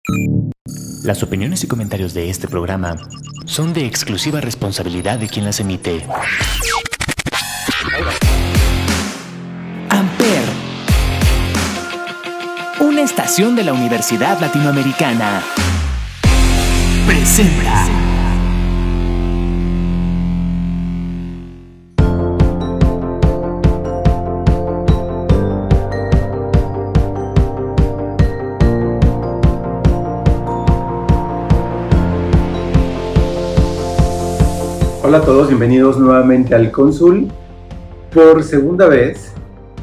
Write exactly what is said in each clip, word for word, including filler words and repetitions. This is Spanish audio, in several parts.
Las opiniones y comentarios de este programa son de exclusiva responsabilidad de quien las emite. Amper, una estación de la Universidad Latinoamericana, presenta. Hola a todos, bienvenidos nuevamente al Cónsul. Por segunda vez,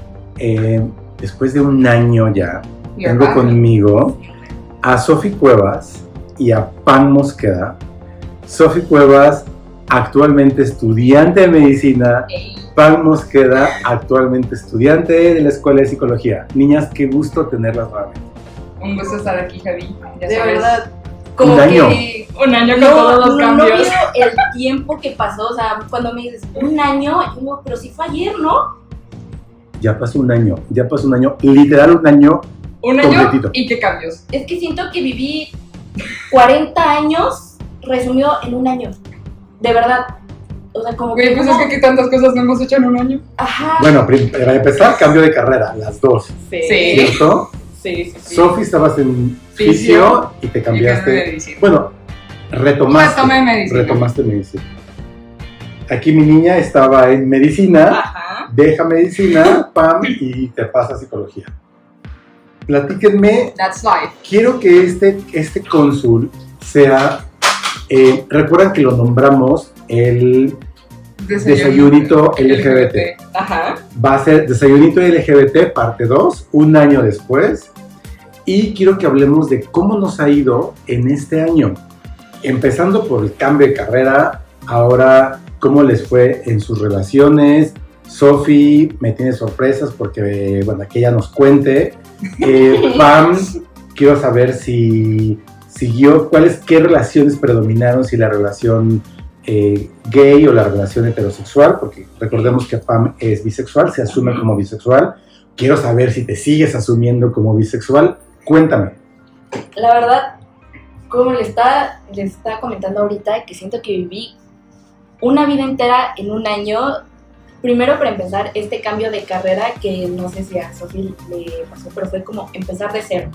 eh, después de un año ya, tengo conmigo a Sofi Cuevas y a Pam Mosqueda. Sofi Cuevas, actualmente estudiante de medicina. Pam Mosqueda, actualmente estudiante de la Escuela de Psicología. Niñas, qué gusto tenerlas nuevamente. Un gusto estar aquí, Javi. Ya de sabes. verdad. Como un año. Que un año con no, todos los no, cambios. No veo el tiempo que pasó, o sea, cuando me dices un año, yo digo, pero sí fue ayer, ¿no? Ya pasó un año, ya pasó un año, literal un año Un año completito. y qué cambios. Es que siento que viví cuarenta años resumido en un año, de verdad. O sea, como Güey, que... pues como... es que qué tantas cosas no hemos hecho en un año. Ajá. Bueno, para empezar, cambio de carrera, las dos, Sí. ¿cierto? Sí, sí, sí. Sofi, estabas en Fisio fisio y te Y cambiaste. de medicina. Bueno, retomaste. Retomé medicina. Retomaste medicina. Aquí mi niña estaba en medicina, Ajá. deja medicina, pam, y te pasa a psicología. Platíquenme, That's life. quiero que este, este cónsul sea, eh, recuerdan que lo nombramos el Desayunito L G B T. Ajá. Va a ser Desayunito L G B T parte dos, un año después. Y quiero que hablemos de cómo nos ha ido en este año. Empezando por el cambio de carrera, ahora cómo les fue en sus relaciones. Sofi me tiene sorpresas porque, bueno, que ella nos cuente. Eh, Pam, quiero saber si siguió, cuáles, qué relaciones predominaron, si la relación eh, gay o la relación heterosexual, porque recordemos que Pam es bisexual, se asume como bisexual. Quiero saber si te sigues asumiendo como bisexual. Cuéntame. La verdad, como le está, le está comentando ahorita, que siento que viví una vida entera en un año. Primero, para empezar, este cambio de carrera, que no sé si a Sofi le pasó, pero fue como empezar de cero.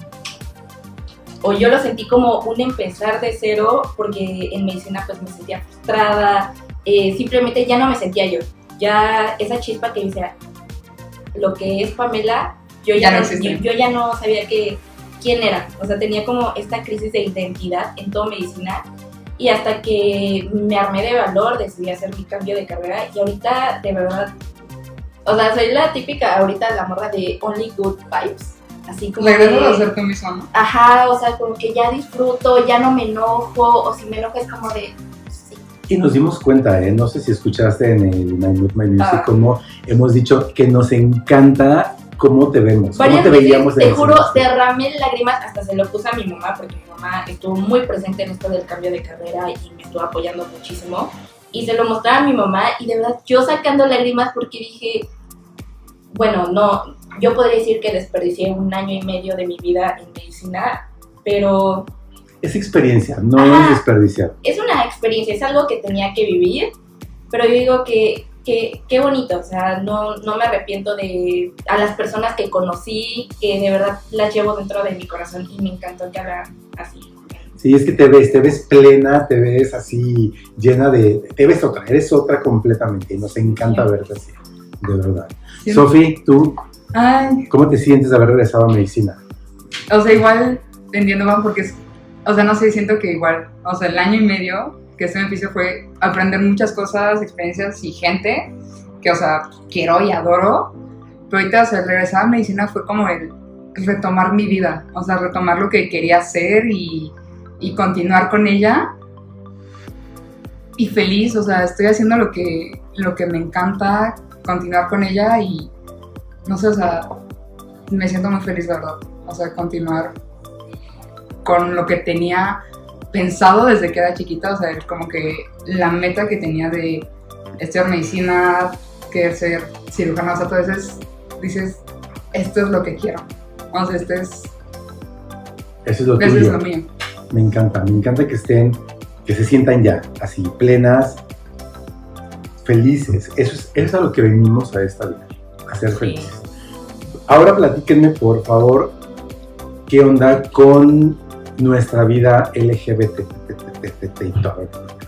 O yo lo sentí como un empezar de cero, porque en medicina pues me sentía frustrada, eh, simplemente ya no me sentía yo. Ya esa chispa que decía, lo que es Pamela, yo ya, Ya no no, existe. yo, yo ya no sabía que, quién era. O sea, tenía como esta crisis de identidad en toda medicina. Y hasta que me armé de valor, decidí hacer mi cambio de carrera. Y ahorita, de verdad, o sea, soy la típica, ahorita la morra de only good vibes. Así como Regresas de, a ser tú mismo, ¿no? ajá, o sea, como que ya disfruto, ya no me enojo. O si me enojo es como de, sí. Y nos dimos cuenta, ¿eh? No sé si escuchaste en el My Mood, My Music, Ah. cómo hemos dicho que nos encanta cómo te vemos, cómo Varias te veces, veíamos en te el juro, semestre. derramé lágrimas, hasta se lo puse a mi mamá, porque mi mamá estuvo muy presente en esto del cambio de carrera y me estuvo apoyando muchísimo. Y se lo mostraba a mi mamá y de verdad yo sacando lágrimas porque dije, bueno, no, yo podría decir que desperdicié un año y medio de mi vida en medicina, pero Es experiencia, no Ajá. es desperdiciar. es una experiencia, es algo que tenía que vivir, pero yo digo que Qué, qué bonito, o sea, no, no me arrepiento de a las personas que conocí, que de verdad las llevo dentro de mi corazón y me encantó que hablaran así. Sí, es que te ves, te ves plena, te ves así, llena de... Te ves otra, eres otra completamente y nos encanta Sí. verte así, de verdad. Sí. Sofi, ¿tú Ay, cómo te sientes de haber regresado a medicina? o sea, igual entiendo, Van, porque es, o sea, no sé, siento que igual, o sea, el año y medio que estuve en fisio fue aprender muchas cosas, experiencias y gente que, o sea, quiero y adoro, pero ahorita, o sea, regresar a medicina fue como el retomar mi vida, o sea, retomar lo que quería hacer y, y continuar con ella y feliz, o sea, estoy haciendo lo que, lo que me encanta, continuar con ella y, no sé, o sea, me siento muy feliz, la verdad, o sea, continuar con lo que tenía pensado desde que era chiquita, o sea, como que la meta que tenía de estudiar medicina, querer ser cirujana, o sea, tú a veces dices, esto es lo que quiero, o sea, este es Eso es lo Eso tuyo. es lo mío. Me encanta, me encanta que estén, que se sientan ya, así, plenas, felices. Eso es, eso es a lo que venimos a esta vida, a ser Sí. felices. Ahora platíquenme, por favor, qué onda con nuestra vida L G B T y todo.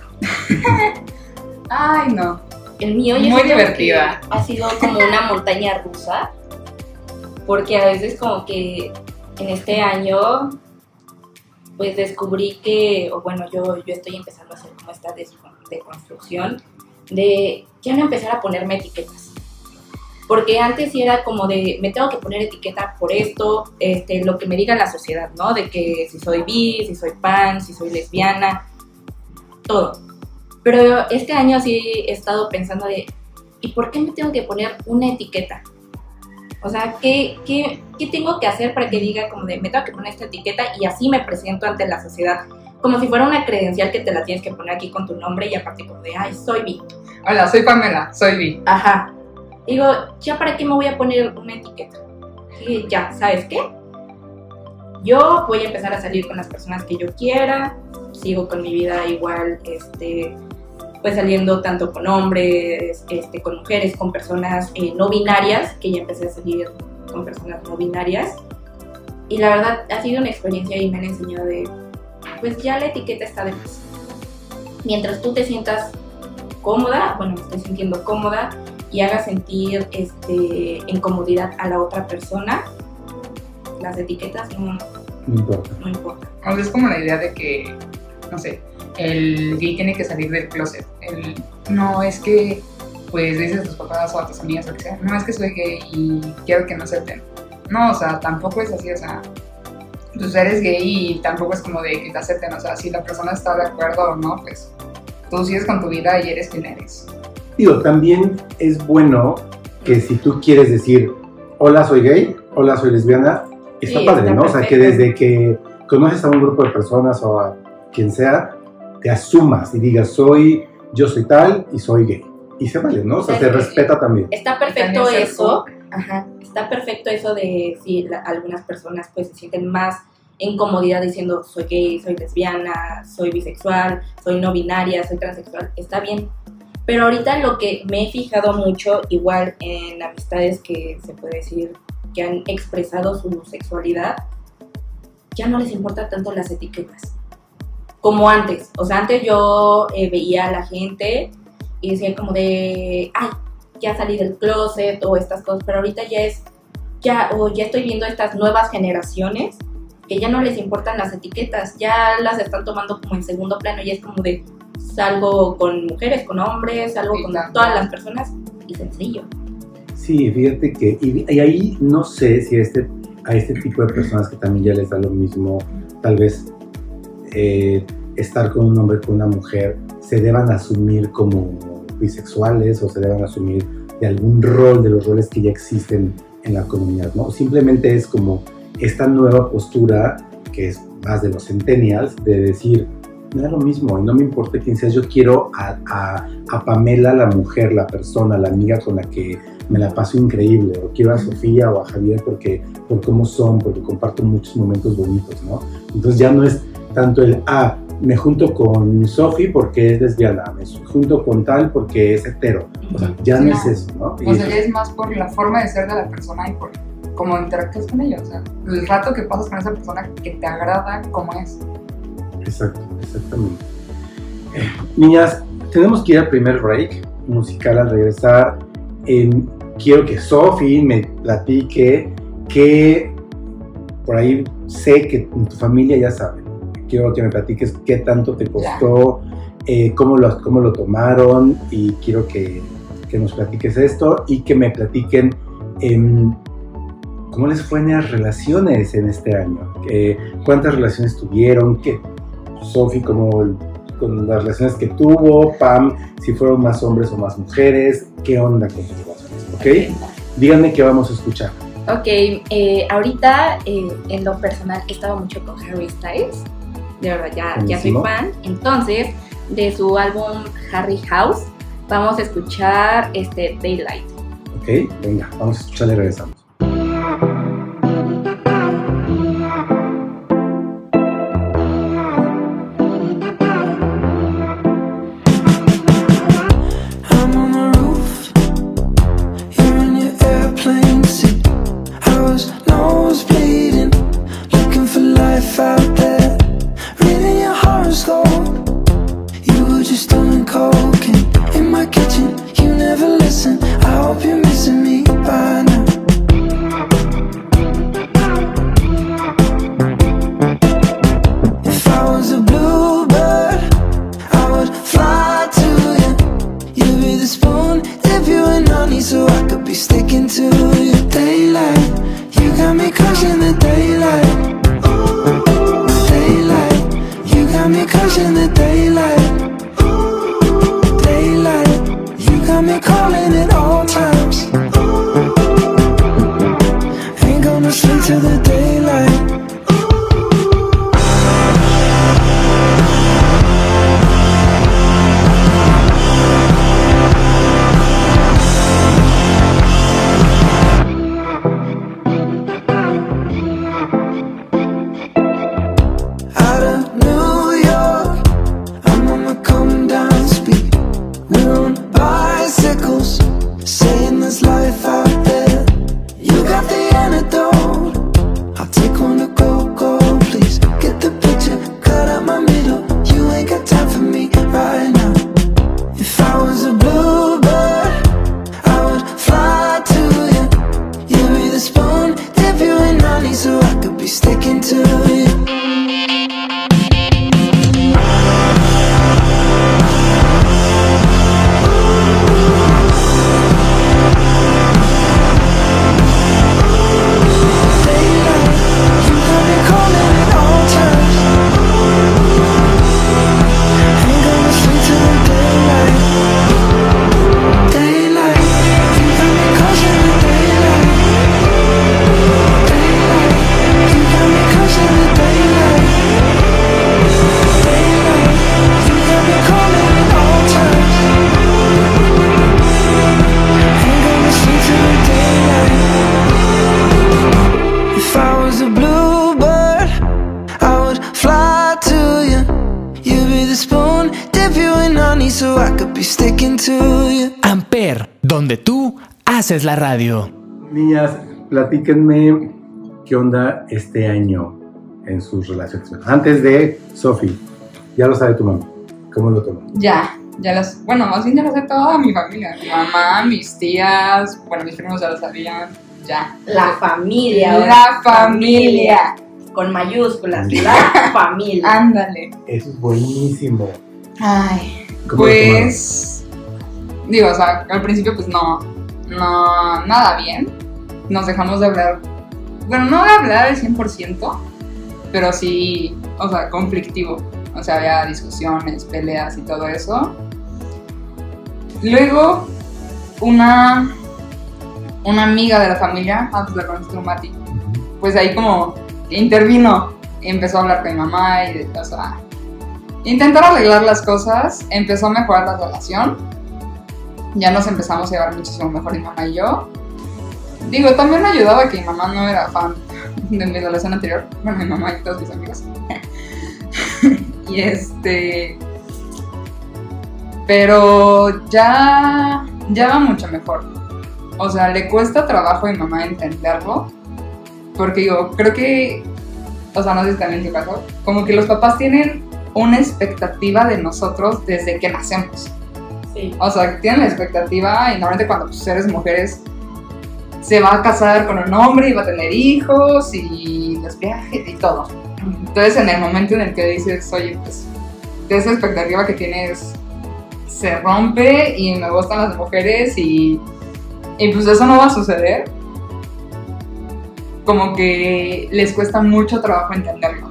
Ay, no. El mío yo Muy siento divertida. que ha sido como una montaña rusa, porque a veces como que en este año pues descubrí que, o bueno, yo, yo estoy empezando a hacer como esta des- deconstrucción de ya no empezar a ponerme etiquetas. Porque antes sí era como de, me tengo que poner etiqueta por esto, este, lo que me diga la sociedad, ¿no? De que si soy bi, si soy pan, si soy lesbiana, todo. Pero este año sí he estado pensando de, ¿y por qué me tengo que poner una etiqueta? O sea, ¿qué, qué, qué tengo que hacer para que diga como de, me tengo que poner esta etiqueta y así me presento ante la sociedad? Como si fuera una credencial que te la tienes que poner aquí con tu nombre y aparte como de, ay, soy bi. Hola, soy Pamela, soy bi. Ajá. Digo, ¿ya para qué me voy a poner una etiqueta? Y ya, ¿sabes qué? Yo voy a empezar a salir con las personas que yo quiera, sigo con mi vida igual, este, pues saliendo tanto con hombres, este, con mujeres, con personas eh, no binarias, que ya empecé a salir con personas no binarias. Y la verdad ha sido una experiencia y me han enseñado de, pues ya la etiqueta está de más. Mientras tú te sientas cómoda, bueno, me estoy sintiendo cómoda, y haga sentir este, en comodidad a la otra persona, las etiquetas no, No importa. no importan. O sea, es como la idea de que, no sé, el gay tiene que salir del closet. El, no, es que, pues, dices a tus papás o a tus amigas o lo que sea, no, es que soy gay y quiero que me acepten. No, o sea, tampoco es así, o sea, tú eres gay y tampoco es como de que te acepten, o sea, si la persona está de acuerdo o no, pues, tú sigues con tu vida y eres quien eres. Digo, también es bueno que si tú quieres decir, hola, soy gay, hola, soy lesbiana, está Sí, padre, está ¿no? O sea, que perfecto. desde que conoces a un grupo de personas o a quien sea, te asumas y digas, soy, yo soy tal y soy gay. Y se vale, ¿no? O sea, se Exacto. respeta también. Está perfecto También ser eso, cool. ajá, está perfecto eso de si la- algunas personas pues se sienten más en comodidad diciendo soy gay, soy lesbiana, soy bisexual, soy no binaria, soy transexual, está bien. Pero ahorita lo que me he fijado mucho, igual en amistades que se puede decir que han expresado su sexualidad, ya no les importa tanto las etiquetas como antes. O sea, antes yo eh, veía a la gente y decía como de, ay, ya salí del closet o estas cosas, pero ahorita ya es, ya, o ya estoy viendo estas nuevas generaciones que ya no les importan las etiquetas, ya las están tomando como en segundo plano y es como de, salgo con mujeres, con hombres, salgo Sí, con claro. todas las personas y sencillo. Sí, fíjate que, y, y ahí no sé si a este, a este tipo de personas que también ya les da lo mismo, tal vez eh, estar con un hombre, con una mujer, se deban asumir como bisexuales o se deban asumir de algún rol, de los roles que ya existen en la comunidad, ¿no? Simplemente es como esta nueva postura, que es más de los centennials, de decir, me da lo mismo y no me importa quién seas, yo quiero a, a, a Pamela, la mujer, la persona, la amiga con la que me la paso increíble, o quiero a Sofía o a Javier porque, por cómo son, porque comparto muchos momentos bonitos, ¿no? Entonces ya no es tanto el, ah, me junto con Sofi porque es lesbiana, me junto con tal porque es hetero, o sea, ya no, No. es eso, ¿no? O sea, ya es más por la forma de ser de la persona y por cómo interactúas con ella. O sea, el rato que pasas con esa persona que te agrada como es. Exacto, exactamente. Eh, niñas, tenemos que ir al primer break musical al regresar. Eh, quiero que Sofi me platique que por ahí sé que en tu familia ya saben. Quiero que me platiques qué tanto te costó, eh, cómo, lo, cómo lo tomaron y quiero que, que nos platiques esto y que me platiquen eh, cómo les fue en las relaciones en este año. Eh, ¿Cuántas relaciones tuvieron? ¿Qué? Sofi, como con las relaciones que tuvo, Pam, si fueron más hombres o más mujeres, ¿qué onda con sus relaciones? ¿Ok? Díganme qué vamos a escuchar. Ok, eh, ahorita eh, en lo personal he estado mucho con Harry Styles, de verdad ya, ya soy Buenísimo. fan, entonces de su álbum Harry House vamos a escuchar este Daylight. ¿Ok? Venga, vamos a escucharle y regresamos. got me caught in the daylight, daylight. You got me calling at all times. Ain't gonna sleep till the daylight. Amper, donde tú haces la radio. Niñas, platíquenme qué onda este año en sus relaciones. Antes de Sofi, ya lo sabe tu mamá. ¿Cómo lo tomó? Ya, ya las, bueno, más bien ya lo sé toda mi familia. Mi mamá, mis tías, bueno, mis primos ya lo sabían, ya. La familia. La familia. Con mayúsculas, la familia. Ándale. Eso es buenísimo. Ay, ¿Cómo pues, digo, o sea, al principio pues no, no, nada bien. Nos dejamos de hablar, bueno, no de hablar al cien por ciento, pero sí, o sea, conflictivo. O sea, había discusiones, peleas y todo eso. Luego, una, una amiga de la familia, ah, pues la conoces tú, Mati, pues ahí como intervino y empezó a hablar con mi mamá y de, o sea, intentar arreglar las cosas, empezó a mejorar la relación. Ya nos empezamos a llevar muchísimo mejor mi mamá y yo. Digo, también me ayudaba que mi mamá no era fan de mi relación anterior. Bueno, mi mamá y todos mis amigos. Y este... Pero ya... Ya va mucho mejor. O sea, le cuesta trabajo a mi mamá entenderlo. Porque digo, creo que... O sea, no sé si también en tu caso. Como que los papás tienen una expectativa de nosotros desde que nacemos. Sí. O sea, tienen la expectativa y normalmente cuando pues, eres mujeres se va a casar con un hombre y va a tener hijos y los viajes y todo. Entonces en el momento en el que dices, oye, pues esa expectativa que tienes se rompe y me gustan las mujeres y, y pues eso no va a suceder, como que les cuesta mucho trabajo entenderlo.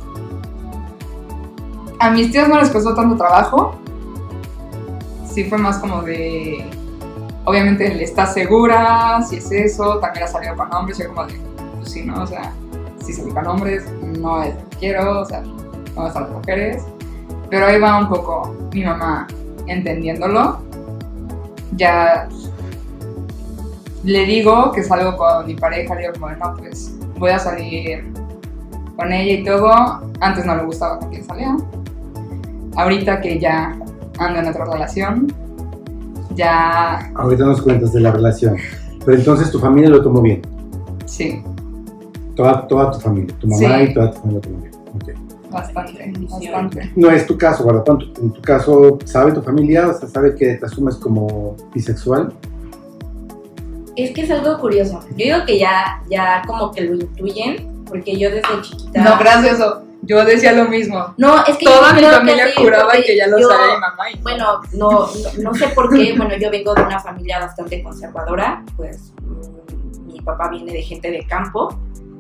A mis tías no les costó tanto trabajo. Sí fue más como de... Obviamente le estás segura, si es eso, también ha salido con hombres, y yo como de... Pues sí, ¿no? O sea, si salí con hombres, no es lo que quiero, o sea, no están las mujeres. Pero ahí va un poco mi mamá entendiéndolo. Ya le digo que salgo con mi pareja, le digo como, no, pues voy a salir con ella y todo. Antes no le gustaba con quien salía. Ahorita que ya ando en otra relación, ya... Ahorita nos cuentas de la relación. Pero entonces tu familia lo tomó bien. Sí. Toda, toda tu familia, tu mamá sí. Y toda tu familia lo tomó bien. Okay. Bastante, bastante. No es tu caso, ¿verdad? En tu, en tu caso, ¿sabe tu familia? O sea, ¿sabe que te asumes como bisexual? Es que es algo curioso. Yo digo que ya, ya como que lo intuyen, porque yo desde chiquita... No, gracias, yo decía lo mismo. No, es que toda yo mi familia que juraba que ya lo yo, sabía mi mamá. Y... Bueno, no, no, no sé por qué. Bueno, yo vengo de una familia bastante conservadora. Pues mmm, mi papá viene de gente de campo.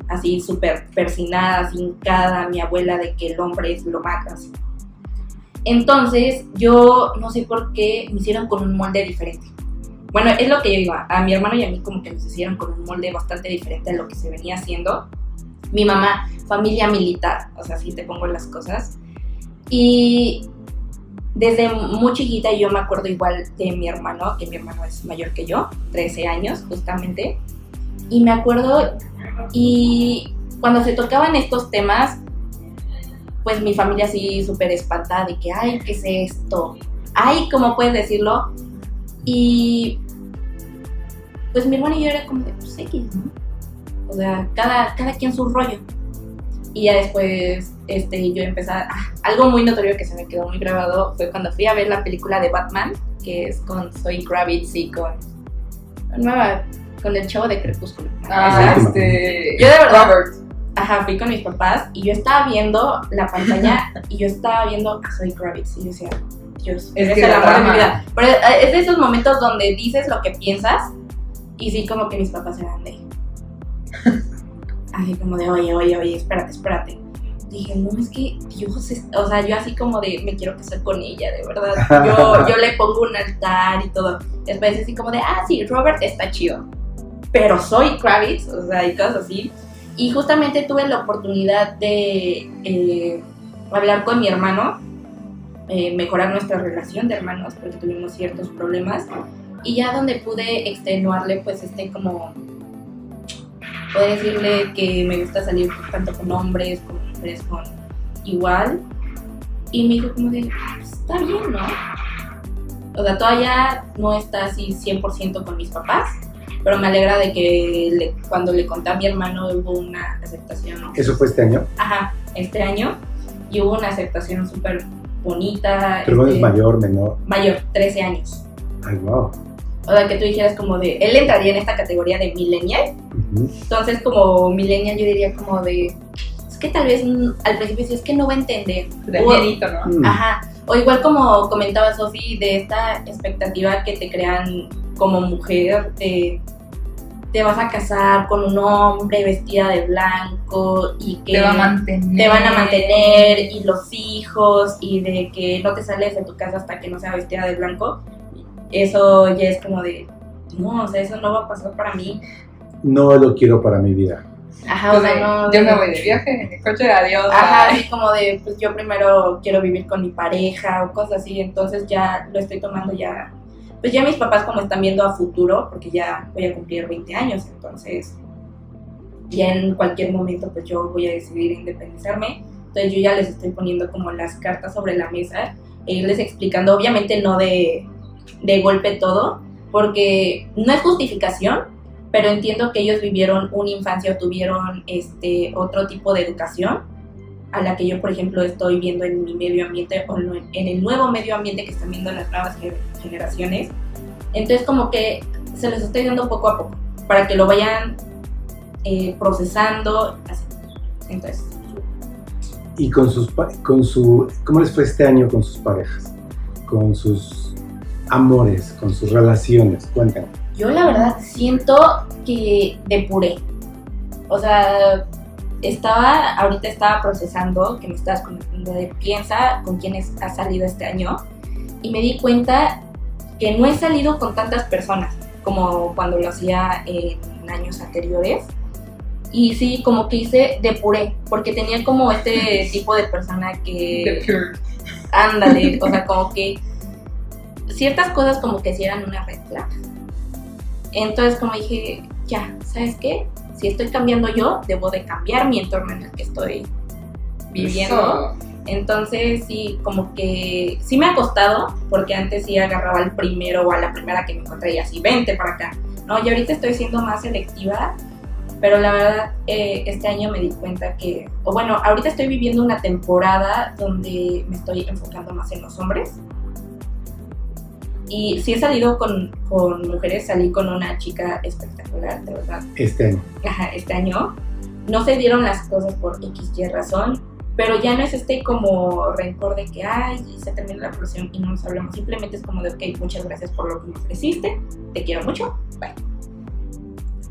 así súper persinada, fincada, mi abuela de que el hombre es lo más así. Entonces yo no sé por qué me hicieron con un molde diferente. Bueno, es lo que yo iba, a mi hermano y a mí como que nos hicieron con un molde bastante diferente a lo que se venía haciendo. Mi mamá, familia militar, o sea, así te pongo las cosas. Y desde muy chiquita yo me acuerdo igual de mi hermano, que mi hermano es mayor que yo, trece años justamente. Y me acuerdo, y cuando se tocaban estos temas, pues mi familia así súper espantada de que, ay, ¿qué es esto? Ay, ¿cómo puedes decirlo? Y pues mi hermano y yo era como de, pues X, ¿no? O sea, cada, cada quien su rollo. Y ya después este, yo empecé a, ah, algo muy notorio que se me quedó muy grabado fue cuando fui a ver la película de Batman, que es con Zoe Kravitz y con nueva, con el chavo de Crepúsculo. Ah, este... Yo de verdad, Robert. Ajá, fui con mis papás y yo estaba viendo la pantalla y yo estaba viendo a Zoe Kravitz y yo decía, Dios, Es es que el la amor de mi trama. vida. Pero es de esos momentos donde dices lo que piensas y sí, como que mis papás eran de... Así como de, oye, oye, oye, espérate, espérate. Dije, no, es que Dios, es... o sea, yo así como de, me quiero casar con ella, de verdad. Yo, yo le pongo un altar y todo. Después así como de, ah, sí, Robert está chido. Pero soy Kravitz, o sea, y cosas así. Y justamente tuve la oportunidad de eh, hablar con mi hermano, eh, mejorar nuestra relación de hermanos, porque tuvimos ciertos problemas. Y ya donde pude extenuarle, pues, este como... Puedo decirle que me gusta salir tanto con hombres, con mujeres, con igual. Y me dijo como de, pues, está bien, ¿no? O sea, todavía no está así cien por ciento con mis papás, pero me alegra de que le, cuando le conté a mi hermano hubo una aceptación, ¿no? ¿Eso fue este año? Ajá, este año. Y hubo una aceptación súper bonita. ¿Tu hermano este, es mayor, menor? Mayor, trece años. Ay, wow. O sea, que tú dijeras como de, él entraría en esta categoría de millennial. Uh-huh. Entonces, como millennial, yo diría como de, es que tal vez mm, al principio sí es que no va a entender. De O- miedito, ¿no? Mm. Ajá. O igual como comentaba Sofi, de esta expectativa que te crean como mujer, de te vas a casar con un hombre vestida de blanco y que Te va a mantener. te van a mantener y los hijos y de que no te sales de tu casa hasta que no sea vestida de blanco. Eso ya es como de, no, o sea, eso no va a pasar para mí. No lo quiero para mi vida. Ajá, o sea, Entonces, no. yo me voy de viaje en el coche, adiós. Ajá, bye. así como de, pues yo primero quiero vivir con mi pareja o cosas así, entonces ya lo estoy tomando ya, pues ya mis papás como están viendo a futuro, porque ya voy a cumplir veinte años, entonces ya en cualquier momento pues yo voy a decidir independizarme, entonces yo ya les estoy poniendo como las cartas sobre la mesa e irles explicando, obviamente no de, de golpe todo, porque no es justificación, pero entiendo que ellos vivieron una infancia o tuvieron este otro tipo de educación a la que yo, por ejemplo, estoy viendo en mi medio ambiente o en en el nuevo medio ambiente que están viendo las nuevas ge- generaciones. Entonces, como que se los estoy dando poco a poco para que lo vayan eh, procesando. Así. Entonces, Y con sus pa- con su ¿cómo les fue este año con sus parejas? Con sus amores, con sus relaciones, cuéntame. yo la verdad siento que depuré. O sea, estaba, ahorita estaba procesando, que me estabas comentando de piensa con quiénes has salido este año, y me di cuenta que no he salido con tantas personas como cuando lo hacía en años anteriores. Y sí, como que hice, depuré, porque tenía como este tipo de persona The que, Pure. ándale, o sea, como que ciertas cosas como que sí eran una red flag. Entonces como dije, ya, ¿sabes qué? Si estoy cambiando yo, debo de cambiar mi entorno en el que estoy viviendo. Eso. Entonces sí, como que sí me ha costado, porque antes sí agarraba al primero o a la primera que me encontré y así, vente para acá. No, y ahorita estoy siendo más selectiva, pero la verdad eh, este año me di cuenta que, o bueno, ahorita estoy viviendo una temporada donde me estoy enfocando más en los hombres. Y sí he salido con, con mujeres, salí con una chica espectacular, de verdad. Este año. Ajá, este año. No se dieron las cosas por X Y razón, pero ya no es este como rencor de que, ay, se terminó la relación y no nos hablamos. Simplemente es como de, ok, muchas gracias por lo que me ofreciste, te quiero mucho, bye.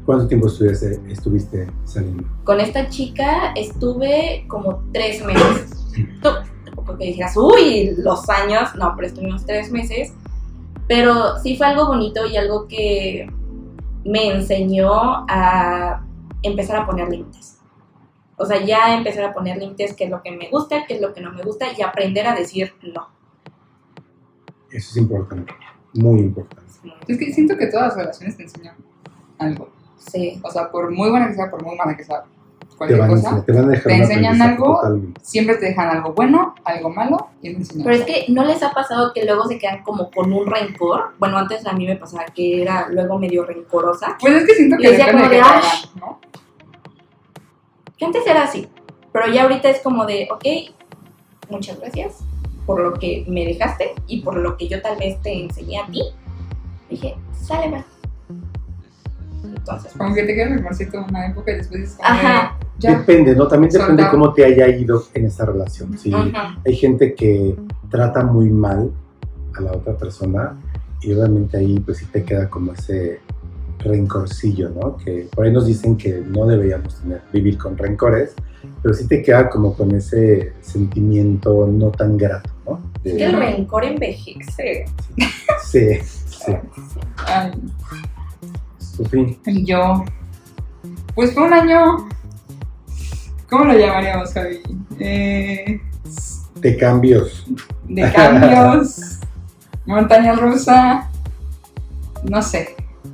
¿Cuánto tiempo estuviste, estuviste saliendo? Con esta chica estuve como tres meses. Tú, tampoco que dijeras, uy, los años. No, pero estuvimos tres meses. Pero sí fue algo bonito y algo que me enseñó a empezar a poner límites. O sea, ya empezar a poner límites, qué es lo que me gusta, qué es lo que no me gusta, y aprender a decir no. Eso es importante, muy importante. Es que siento que todas las relaciones te enseñan algo. Sí. O sea, por muy buena que sea, por muy mala que sea, Te cualquier van, a cosa, enseñar, te van a dejar te un enseñan aprendizaje algo, totalmente. siempre te dejan algo bueno, algo malo, y te enseñan Pero es algo. que ¿no les ha pasado que luego se quedan como con un rencor? Bueno, antes a mí me pasaba que era luego medio rencorosa. Pues es que siento Y que decía depende de como qué de, te "Ay". hagan, ¿no? Que antes era así, pero ya ahorita es como de, ok, muchas gracias por lo que me dejaste y por lo que yo tal vez te enseñé a ti. Dije, sale, va. Entonces, Como que te queda el remorcito una época y después es como Ajá. de, ya. Depende, ¿no? También depende Soltar. cómo te haya ido en esa relación. Si Ajá. hay gente que trata muy mal a la otra persona y obviamente ahí pues sí te queda como ese rencorcillo, ¿no? Que por ahí nos dicen que no deberíamos tener, vivir con rencores, pero sí te queda como con ese sentimiento no tan grato, ¿no? De- Es que el rencor envejece. Sí, sí. Ay, Sofía, y yo, pues fue un año, ¿cómo lo llamaríamos, Javi? Eh, de cambios. de cambios, montaña rusa, no sé.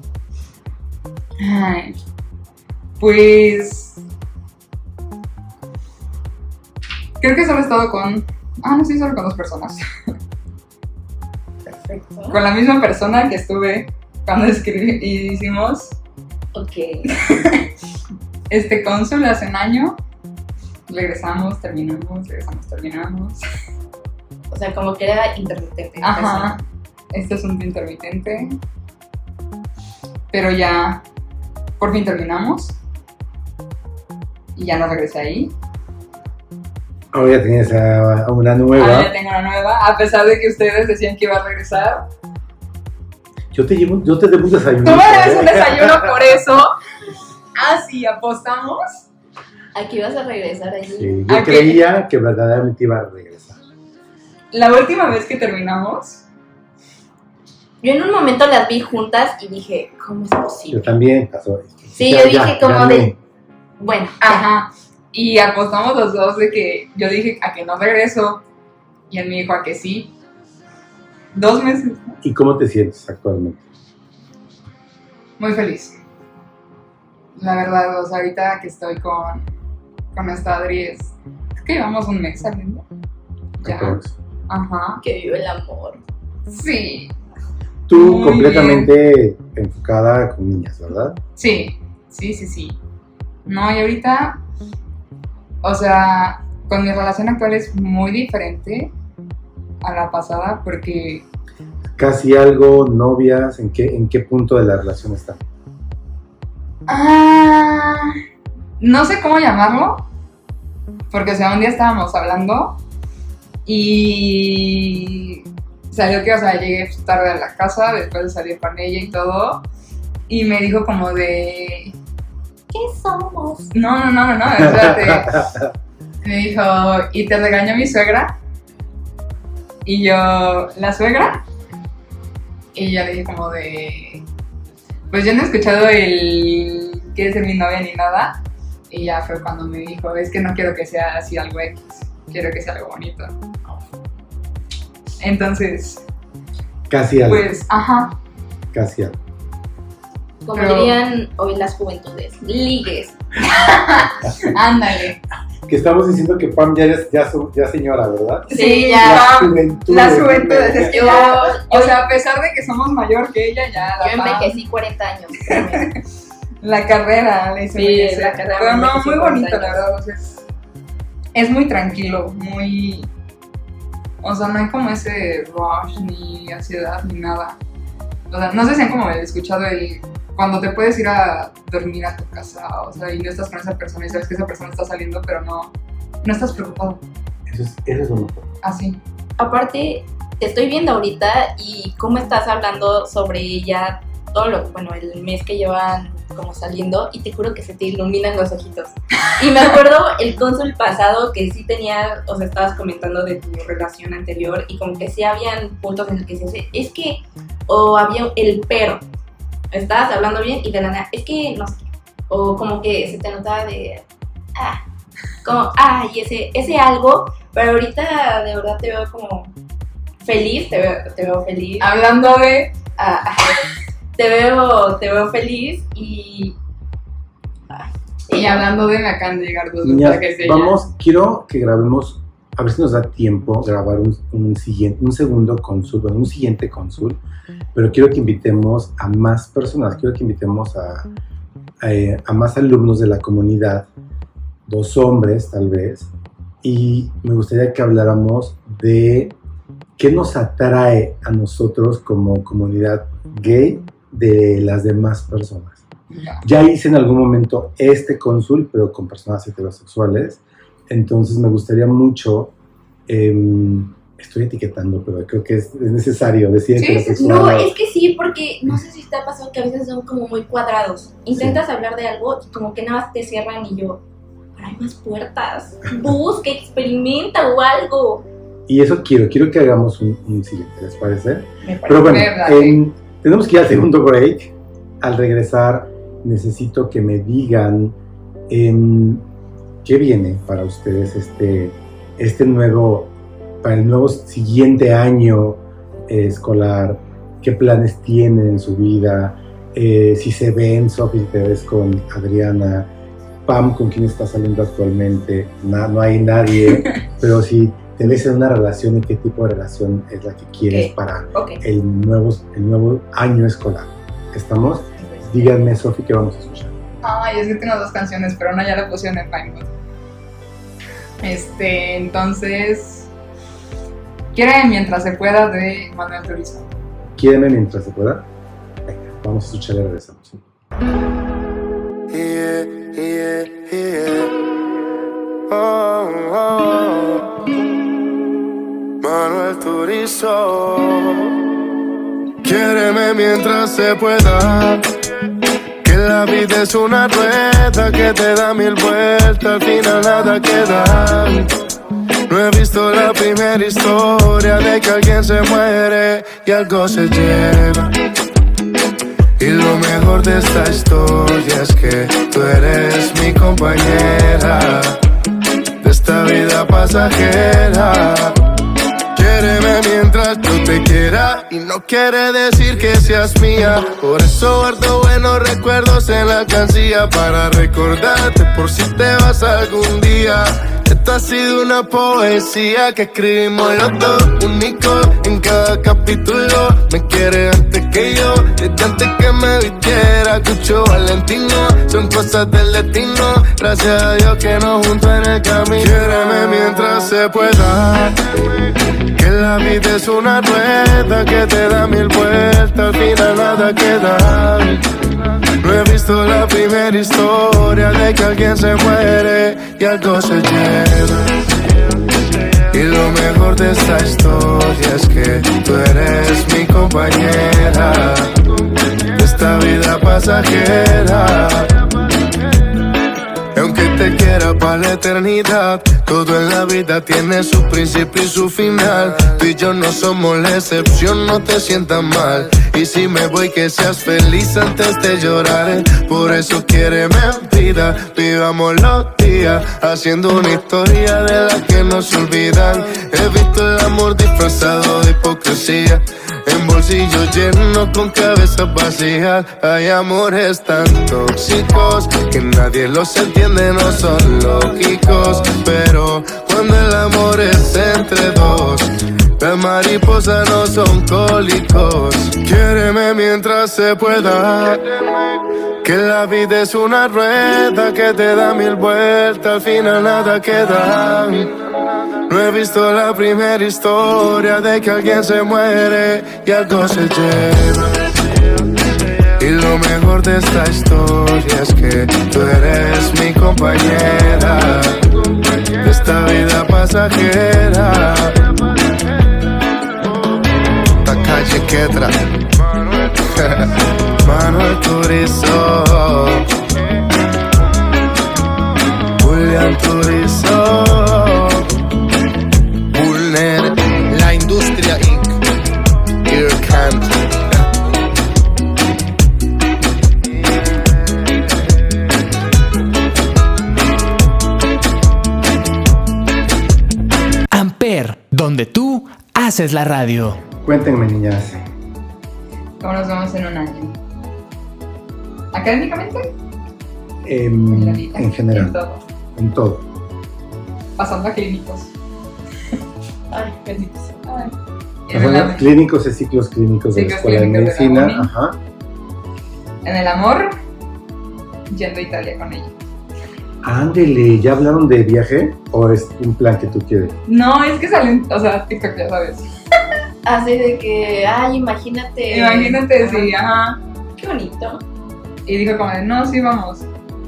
Ay, pues creo que solo he estado con, ah, no, sí, solo con dos personas. Perfecto. Con la misma persona que estuve cuando escribí y hicimos Ok. este cónsul hace un año. Regresamos, terminamos, regresamos, terminamos. O sea, como que era intermitente. Ajá, este asunto intermitente. Pero ya, por fin terminamos. Y ya no regresé ahí. Ahora ya tienes a, a una Ahora nueva. ya tengo una nueva, a pesar de que ustedes decían que iba a regresar. Yo te llevo, yo te debo un desayuno. Tú me debes un desayuno por eso. Ah, sí, apostamos. Aquí vas a regresar allí. Sí, yo ¿A qué? creía que verdaderamente iba a regresar. La última vez que terminamos, Yo en un momento las vi juntas y dije, ¿cómo es Yo posible? también pasó esto. Sí, Ya, yo ya, dije como ya de, no. bueno, ya. ajá, y apostamos los dos de que yo dije a que no regreso y él me dijo a que sí. Dos meses, ¿no? ¿Y cómo te sientes actualmente? Muy feliz. La verdad, o sea, ahorita que estoy con, con esta Adri es, es que llevamos un mes saliendo. Ya, Entonces, ajá, Que vive el amor. sí, tú Muy completamente enfocada con niñas, ¿verdad? sí, sí, sí, sí. No, y ahorita, o sea, con mi relación actual es muy diferente a la pasada porque Casi algo, novias, ¿en qué, en qué punto de la relación están? Ah, no sé cómo llamarlo, porque o sea, un día estábamos hablando y salió que, o sea, llegué tarde a la casa después de salir con ella y todo, y me dijo como de, ¿Qué somos? no, no, no, no, no, espérate, me dijo, ¿y te regañó mi suegra? Y yo, ¿la suegra? Y yo le dije como de, pues yo no he escuchado el ¿quieres ser mi novia ni nada? Y ya fue cuando me dijo, es que no quiero que sea así algo X, quiero que sea algo bonito. Entonces, Casi algo, pues, ajá, casi algo. Como Pero- dirían hoy las juventudes, ligues. ándale. Que estamos diciendo que Pam ya es ya, su- ya señora, ¿verdad? Sí, ya. La Ah, juventud. la juventud, es que Yo, ya, o yo, sea, a pesar de que somos mayor que ella, ya la yo Pam- envejecí cuarenta años. créeme. La carrera le hizo Sí, envejecer. la carrera Pero me no, envejeció muy por bonito, años. la verdad. O sea, es, es muy tranquilo, muy. O sea, no hay como ese rush, ni ansiedad, ni nada. O sea, no sé si han como escuchado el. Cuando te puedes ir a dormir a tu casa, o sea, y no estás con esa persona y sabes que esa persona está saliendo, pero no, no estás preocupado. Eso es, eso es lo mejor. Así. Aparte, te estoy viendo ahorita y cómo estás hablando sobre ella, todo lo, bueno, el mes que llevan como saliendo y te juro que se te iluminan los ojitos. Y me acuerdo el cónsul pasado que sí tenía, o sea, estabas comentando de tu relación anterior y como que sí habían puntos en los que se hace, es que, o había el pero, estabas hablando bien y de la nada, es que no sé, o como que se te notaba de, ah, como, ah, y ese, ese algo, pero ahorita de verdad te veo como feliz, te veo, te veo feliz. Hablando de... Ah, te veo, te veo feliz y... Ah, Y hablando de, me acaban de llegar dos Niñas, mensajes de vamos, quiero que grabemos, a ver si nos da tiempo grabar un, un, siguiente, un segundo cónsul, bueno, un siguiente cónsul, pero quiero que invitemos a más personas, quiero que invitemos a, a, a más alumnos de la comunidad, dos hombres tal vez, y me gustaría que habláramos de qué nos atrae a nosotros como comunidad gay de las demás personas. ella. Ya hice en algún momento este cónsul, pero con personas heterosexuales, entonces me gustaría mucho, eh, estoy etiquetando, pero creo que es, es necesario decir Sí, heterosexual. no, es que sí, porque no sé si te ha pasado que a veces son como muy cuadrados. Intentas hablar de algo y como que nada más te cierran y yo, pero hay más puertas. Busca, experimenta o algo. Y eso quiero, quiero que hagamos un, un siguiente, ¿les parece? Me parece. Pero bueno, Verdad, em, tenemos que ir al segundo break. Al regresar, necesito que me digan em, qué viene para ustedes este, este nuevo, para el nuevo siguiente año eh, escolar, qué planes tienen en su vida, eh, si se ven, Sofi, si te ves con Adriana, Pam, con quién está saliendo actualmente, Na- no hay nadie, pero si te ves en una relación y qué tipo de relación es la que quieres Ok. para Ok. el nuevo, el nuevo año escolar. ¿Estamos? Díganme, Sofi, ¿qué vamos a escuchar? Ay, es que tengo dos canciones, pero una ya la pusieron en Pinewood. Este, entonces... Quiere Mientras se pueda de Manuel Turizo. Quiéreme mientras se pueda. Venga, vamos a escuchar y regresamos. Yeah, yeah, yeah. Oh, oh. Manuel Turizo. Quiéreme mientras se pueda. Que la vida es una rueda que te da mil vueltas, al final nada queda. No he visto la primera historia de que alguien se muere y algo se lleva. Y lo mejor de esta historia es que tú eres mi compañera de esta vida pasajera. Quiéreme mientras yo te quiera y no quiere decir que seas mía. Por eso guardo buenos recuerdos en la alcancía para recordarte por si te vas algún día. Esta ha sido una poesía que escribimos los dos, únicos en cada capítulo. Me quiere antes que yo, desde antes que me vistiera Cucho Valentino. Son cosas del destino, gracias a Dios que nos juntó en el camino. Quiéreme mientras se pueda. Que la vida es una rueda que te da mil vueltas, al final nada queda. No he visto la primera historia de que alguien se muere y algo se lleva. Y lo mejor de esta historia es que tú eres mi compañera de esta vida pasajera. Aunque te quiera para la eternidad, todo en la vida tiene su principio y su final. Tú y yo no somos la excepción, no te sientas mal. Y si me voy que seas feliz antes de llorar. Por eso quiéreme en vida, vivamos los días haciendo una historia de la que no se olvidan. He visto el amor disfrazado de hipocresía, en bolsillos llenos con cabezas vacías. Hay amores tan tóxicos que nadie los entiende, no son lógicos. Pero cuando el amor es entre dos, las mariposas no son cólicos. Quiéreme mientras se pueda. Que la vida es una rueda que te da mil vueltas, al final nada queda. No he visto la primera historia de que alguien se muere y algo se lleva. Y lo mejor de esta historia es que tú eres mi compañera de esta vida pasajera. Esta calle Quetra. Manuel Turizo, Julián Turizo, Bulner, La Industria incorporated. Here can. Amper, donde tú haces la radio. Cuéntenme, niñas. ¿Cómo nos vemos en un año? ¿Académicamente? En, En la vida. en general, En todo. en todo. Pasando a clínicos. Ay, benditos. Ay. O En sea, el, am- clínicos y ciclos clínicos de la Ciclos Escuela de clínicos de la Medicina. uni. Ajá. en el amor, yendo a Italia con ella. Ándele, ¿ya hablaron de viaje o es un plan que tú quieres? No, es que salen, o sea, TikTok, ya sabes. Así de que, ay, imagínate. Imagínate, Ajá. sí, ajá. Qué bonito. Y dijo como de, no, sí, vamos.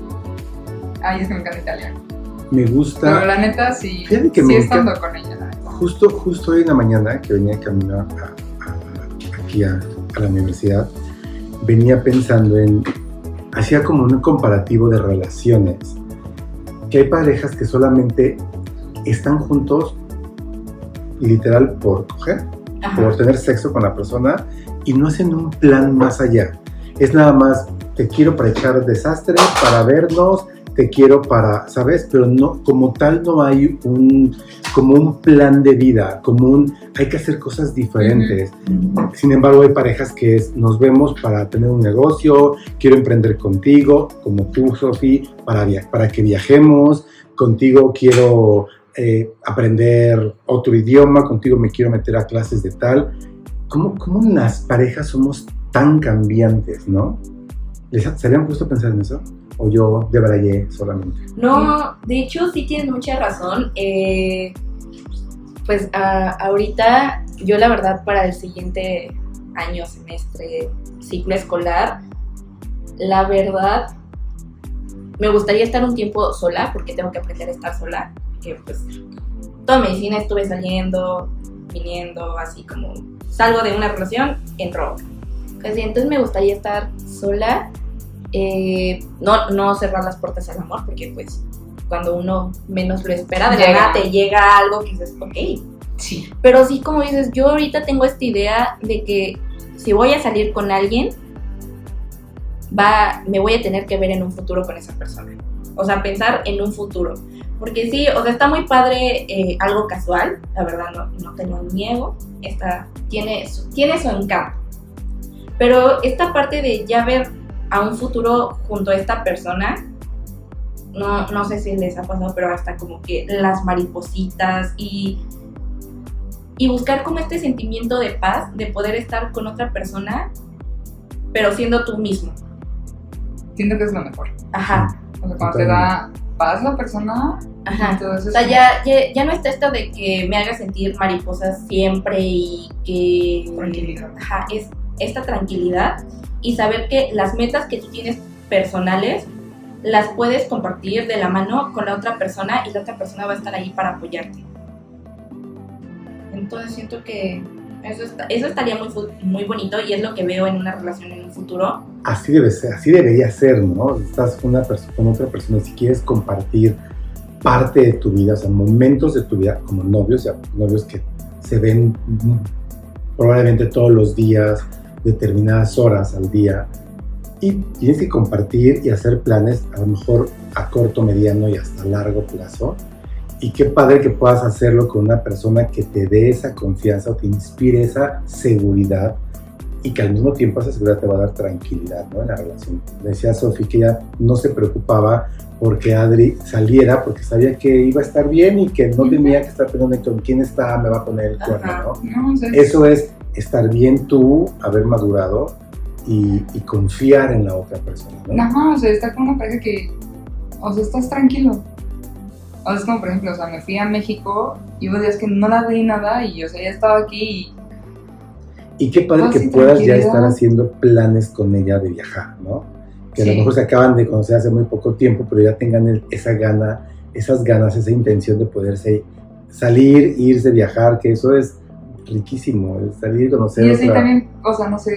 Ay, es que me encanta Italia. Me Pero gusta. la neta, sí, Fíjate que sí me estando encanta. con ella, la neta. Justo, justo hoy en la mañana que venía camino a, a- aquí a, a la universidad, venía pensando en, hacía como un comparativo de relaciones, que hay parejas que solamente están juntos literal por coger, Ajá. por tener sexo con la persona y no hacen un plan más allá. Es nada más, te quiero para echar desastre, para vernos, te quiero para, ¿sabes? Pero no, como tal no hay un, como un plan de vida, como un, hay que hacer cosas diferentes. Sin embargo, hay parejas que es, nos vemos para tener un negocio, quiero emprender contigo, como tú, Sofi, para, via- para que viajemos, contigo quiero eh, aprender otro idioma, contigo me quiero meter a clases de tal. ¿Cómo, cómo las parejas somos tan cambiantes, no? ¿Les sería justo pensar en eso? ¿O yo debrayé solamente? No, de hecho sí tienes mucha razón. Eh, pues a- ahorita yo la verdad para el siguiente año, semestre, ciclo escolar, la verdad me gustaría estar un tiempo sola porque tengo que aprender a estar sola. Que pues toda medicina estuve saliendo, viniendo, así como salgo de una relación, entro a otra. Pues, entonces me gustaría estar sola. Eh, no, no cerrar las puertas al amor, porque pues cuando uno menos lo espera, de la Llega. nada te llega algo que dices, ok. Sí. Pero sí, como dices, yo ahorita tengo esta idea de que si voy a salir con alguien, va, me voy a tener que ver en un futuro con esa persona. O sea, pensar en un futuro. Porque sí, o sea, está muy padre eh, algo casual, la verdad no, no te lo niego, está, tiene, su, tiene su encanto. Pero esta parte de ya ver a un futuro junto a esta persona, no, no sé si les ha pasado, pero hasta como que las maripositas y, y buscar como este sentimiento de paz, de poder estar con otra persona, pero siendo tú mismo. Siento que es lo mejor. Ajá, O sea, cuando te da paz la persona, ajá. entonces O sea, ya, ya, ya no está esto de que me haga sentir mariposas siempre y que... Tranquilidad. Ajá, es esta tranquilidad y saber que las metas que tú tienes personales las puedes compartir de la mano con la otra persona y la otra persona va a estar ahí para apoyarte. Entonces siento que eso, está, eso estaría muy, fu- muy bonito y es lo que veo en una relación en un futuro. Así debe ser, así debería ser, ¿no? Estás con, una perso- con otra persona, si quieres compartir parte de tu vida, o sea, momentos de tu vida como novios, ya novios que se ven mm, probablemente todos los días, determinadas horas al día, y tienes que compartir y hacer planes a lo mejor a corto, mediano y hasta largo plazo. Y qué padre que puedas hacerlo con una persona que te dé esa confianza o te inspire esa seguridad y que al mismo tiempo esa seguridad te va a dar tranquilidad, ¿no? En la relación. Decía Sofi que ella no se preocupaba porque Adri saliera porque sabía que iba a estar bien y que no Ujú. tenía que estar pensando en con quién está, me va a poner el cuerno, Ajá. ¿no? no, o sea, Eso es estar bien tú, haber madurado y, y confiar en la otra persona, ¿no? Ajá, o sea, estar con una pareja que, o sea, estás tranquilo. O sea, es como, por ejemplo, o sea, me fui a México y hubo días que no la vi nada y, o sea, ya estaba aquí y Y qué padre Paz que y puedas ya tranquilidad. estar haciendo planes con ella de viajar, ¿no? Que a lo Sí. mejor se acaban de conocer hace muy poco tiempo, pero ya tengan el- esa gana, esas ganas, esa intención de poderse salir, irse, viajar, que eso es riquísimo, el salir y conocer Y así otra... también, o sea, no sé,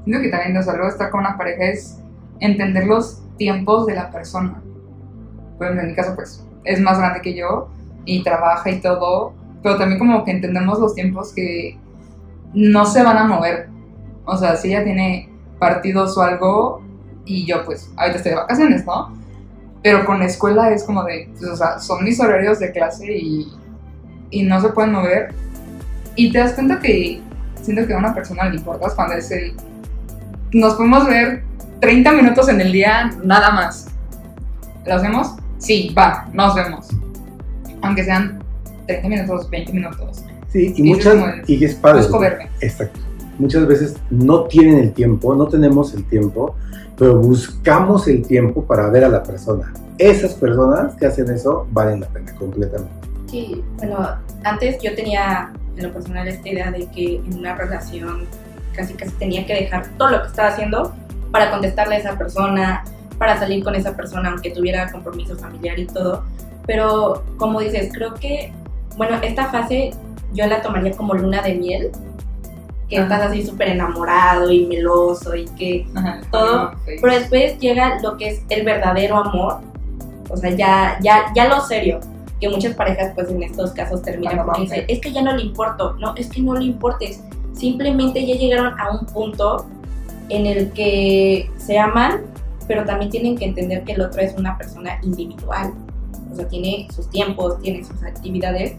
Siento que también, o sea, luego estar con una pareja es entender los tiempos de la persona. Pues en mi caso, pues, es más grande que yo y trabaja y todo, pero también como que entendemos los tiempos que no se van a mover. O sea, si ella tiene partidos o algo y yo, pues, ahorita estoy de vacaciones, ¿no? Pero con la escuela es como de, pues, o sea, son mis horarios de clase y, y no se pueden mover. Y te das cuenta que siento que a una persona le importas cuando es el... Nos podemos ver treinta minutos en el día, nada más. ¿Lo hacemos? Sí, va, nos vemos. Aunque sean treinta minutos, veinte minutos. Sí, y, y muchas, y es padre. Busco verme. Exacto. Muchas veces no tienen el tiempo, no tenemos el tiempo, pero buscamos el tiempo para ver a la persona. Esas personas que hacen eso valen la pena completamente. Sí, bueno, antes yo tenía en lo personal esta idea de que en una relación casi casi tenía que dejar todo lo que estaba haciendo para contestarle a esa persona, para salir con esa persona, aunque tuviera compromiso familiar y todo. Pero, como dices, creo que, bueno, esta fase yo la tomaría como luna de miel, que Ajá. estás así súper enamorado y meloso y que Ajá. todo, sí. Pero después llega lo que es el verdadero amor, o sea, ya, ya, ya lo serio, que muchas parejas pues en estos casos terminan bueno, porque dicen, es que ya no le importo, no, es que no le importes, simplemente ya llegaron a un punto en el que se aman, pero también tienen que entender que el otro es una persona individual, o sea, tiene sus tiempos, tiene sus actividades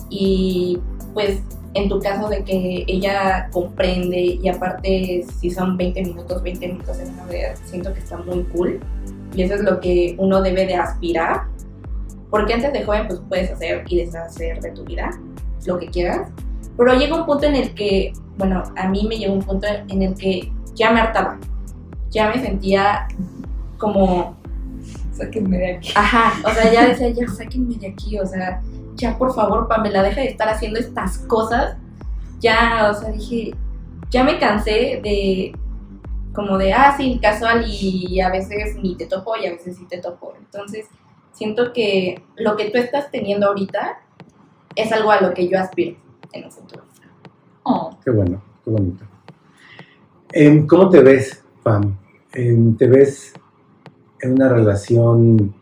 y pues en tu caso de que ella comprende y aparte si son veinte minutos, veinte minutos en una vida, siento que está muy cool y eso es lo que uno debe de aspirar, porque antes de joven pues puedes hacer y deshacer de tu vida, lo que quieras, pero llega un punto en el que, bueno, a mí me llegó un punto en el que ya me hartaba, ya me sentía como... Sáquenme de aquí. Ajá, o sea, ya decía, ya sáquenme de aquí, o sea, ya por favor, Pamela, deja de estar haciendo estas cosas. Ya, o sea, dije, ya me cansé de, como de, ah, sí, casual y a veces ni te topo y a veces sí te topo. Entonces, siento que lo que tú estás teniendo ahorita es algo a lo que yo aspiro en el futuro. Oh. Qué bueno, qué bonito. Eh, ¿Cómo te ves, Pam? Eh, ¿Te ves en una relación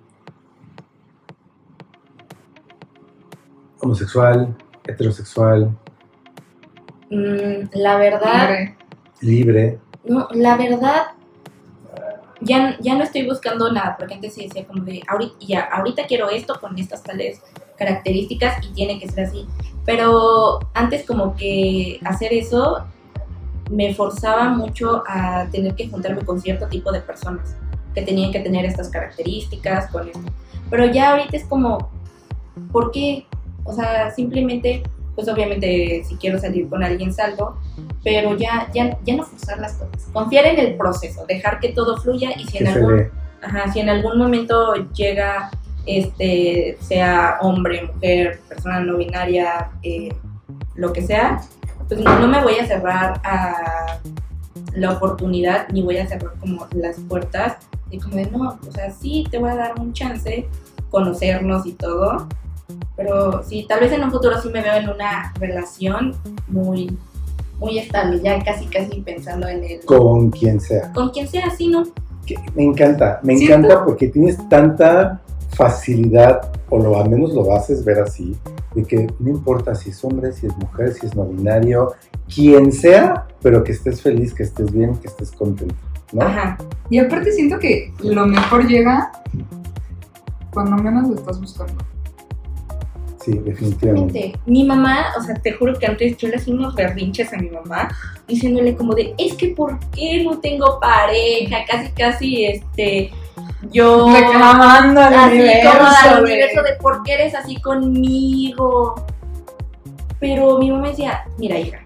homosexual, heterosexual? Mm, la verdad... Libre. Libre. No, la verdad, ya, ya no estoy buscando nada, porque antes sí decía como de, ahorita, ya, ahorita quiero esto con estas tales características y tiene que ser así. Pero antes como que hacer eso me forzaba mucho a tener que juntarme con cierto tipo de personas que tenían que tener estas características, con esto. Pero ya ahorita es como, ¿por qué? O sea, simplemente, pues obviamente si quiero salir con alguien salgo, pero ya, ya, ya no forzar las cosas. Confiar en el proceso, dejar que todo fluya y si en algún, ajá, si en algún momento llega, este, sea hombre, mujer, persona no binaria, eh, lo que sea, pues no, no me voy a cerrar a la oportunidad ni voy a cerrar como las puertas y como de no, o sea, sí te voy a dar un chance, conocernos y todo, pero sí, tal vez en un futuro sí me veo en una relación muy, muy estable, ya casi casi pensando en el... Con quien sea. Con quien sea, sí, ¿no? Que me encanta, me ¿Cierto? encanta porque tienes tanta facilidad, o lo, al menos lo haces ver así, de que no importa si es hombre, si es mujer, si es no binario, quien sea, pero que estés feliz, que estés bien, que estés contento, ¿no? Ajá. Y aparte siento que lo mejor llega cuando menos lo estás buscando. Sí, definitivamente. Mi mamá, o sea, te juro que antes yo le hacía unos berrinches a mi mamá, diciéndole como de, es que ¿por qué no tengo pareja? Casi, casi, este... Yo reclamando al así universo, como al de... universo de por qué eres así conmigo. Pero mi mamá decía, mira hija,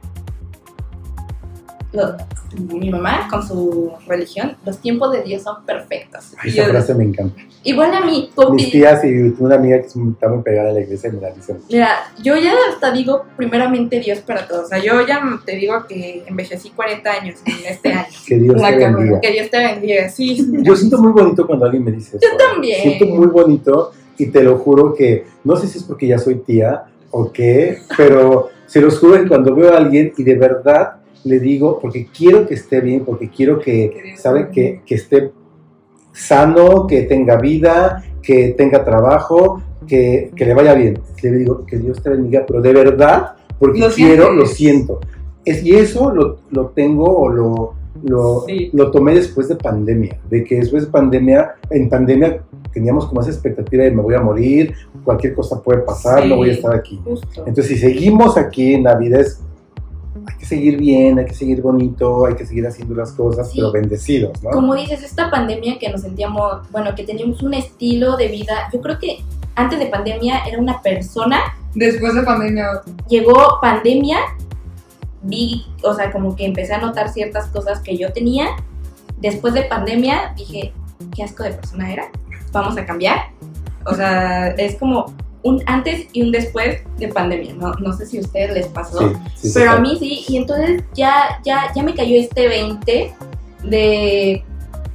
lo, mi mamá con su religión, los tiempos de Dios son perfectos. Ay, esa frase me encanta. Igual a mí, tú, mis tías y una amiga que está muy pegada a la iglesia me la dicen. Mira, yo ya hasta digo primeramente Dios para todos. O sea, yo ya te digo que envejecí cuarenta años en este año. Que Dios la te bendiga. Que Dios te bendiga, sí. Yo siento muy bonito cuando alguien me dice eso. Yo también. Siento muy bonito y te lo juro que, no sé si es porque ya soy tía o qué, pero se los juro que cuando veo a alguien y de verdad le digo, porque quiero que esté bien, porque quiero que, ¿sabe? Que, que esté sano, que tenga vida, que tenga trabajo, que, que le vaya bien. Le digo, que Dios te bendiga, pero de verdad, porque Lo quiero, sientes. lo siento. Es, y eso lo, lo tengo o lo, lo, Sí. lo tomé después de pandemia, de que después de pandemia, en pandemia teníamos como esa expectativa de me voy a morir, cualquier cosa puede pasar, Sí. no voy a estar aquí. Justo. Entonces, si seguimos aquí en Navidad, es, hay que seguir bien, hay que seguir bonito, hay que seguir haciendo las cosas, Sí. pero bendecidos, ¿no? Como dices, esta pandemia que nos sentíamos, bueno, que teníamos un estilo de vida, yo creo que antes de pandemia era una persona, Después de pandemia, llegó pandemia, vi, o sea, como que empecé a notar ciertas cosas que yo tenía, después de pandemia dije, qué asco de persona era, vamos a cambiar, o sea, es como un antes y un después de pandemia, no, no sé si a ustedes les pasó. Sí, sí, Pero sí, a mí sí, y entonces ya, ya, ya me cayó este veinte de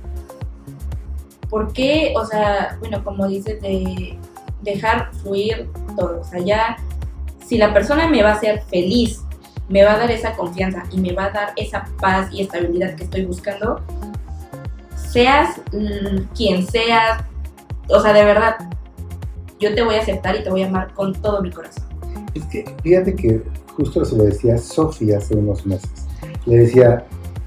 por qué, o sea, bueno, como dices, de dejar fluir todo. O sea, ya, si la persona me va a hacer feliz, me va a dar esa confianza y me va a dar esa paz y estabilidad que estoy buscando, seas mm, quien seas, o sea, de verdad, yo te voy a aceptar y te voy a amar con todo mi corazón. Es que fíjate que justo se lo decía a Sofía hace unos meses. Le decía,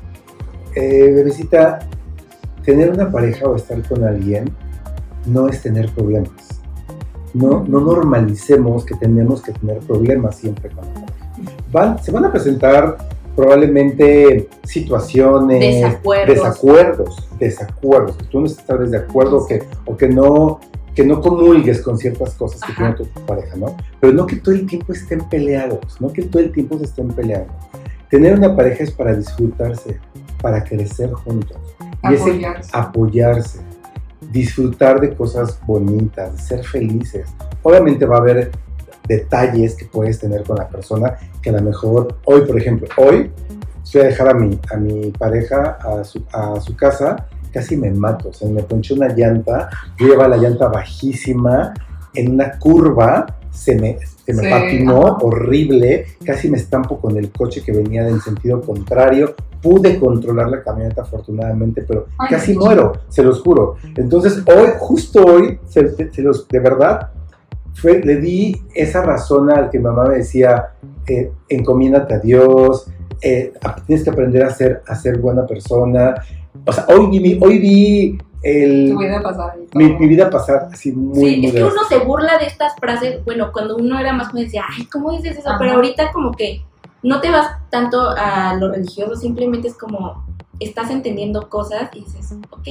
eh, bebecita, tener una pareja o estar con alguien no es tener problemas. No, no normalicemos que tenemos que tener problemas siempre con la pareja. Van, se van a presentar probablemente situaciones, Desacuerdos. desacuerdos, desacuerdos, que tú no estés tal vez de acuerdo o que, o que no... que no comulgues con ciertas cosas que Ajá. tiene tu pareja, ¿no? Pero no que todo el tiempo estén peleados, no que todo el tiempo se estén peleando. Tener una pareja es para disfrutarse, para crecer juntos. Y ese apoyarse. apoyarse, disfrutar de cosas bonitas, de ser felices. Obviamente va a haber detalles que puedes tener con la persona que a lo mejor, hoy por ejemplo, hoy fui a dejar a mi, a mi pareja a su, a su casa, casi me mato, o sea, me ponché una llanta, yo llevaba la llanta bajísima, en una curva se me, se me Sí, patinó ajá. horrible, casi me estampo con el coche que venía en sentido contrario, pude controlar la camioneta afortunadamente, pero Ay, casi qué muero, se los juro. Entonces hoy, justo hoy, se, se los, de verdad, fue, le di esa razón al que mamá me decía, eh, encomiéndate a Dios, eh, tienes que aprender a ser, a ser buena persona. O sea, hoy vi, mi- hoy vi el, Tu vida pasada y todo. mi, mi vida pasar así muy, Sí, muy es que de- uno se burla de estas frases, bueno, cuando uno era más joven decía, ay, ¿cómo dices eso? Ajá. Pero ahorita como que no te vas tanto a lo religioso, simplemente es como, estás entendiendo cosas y dices, ok,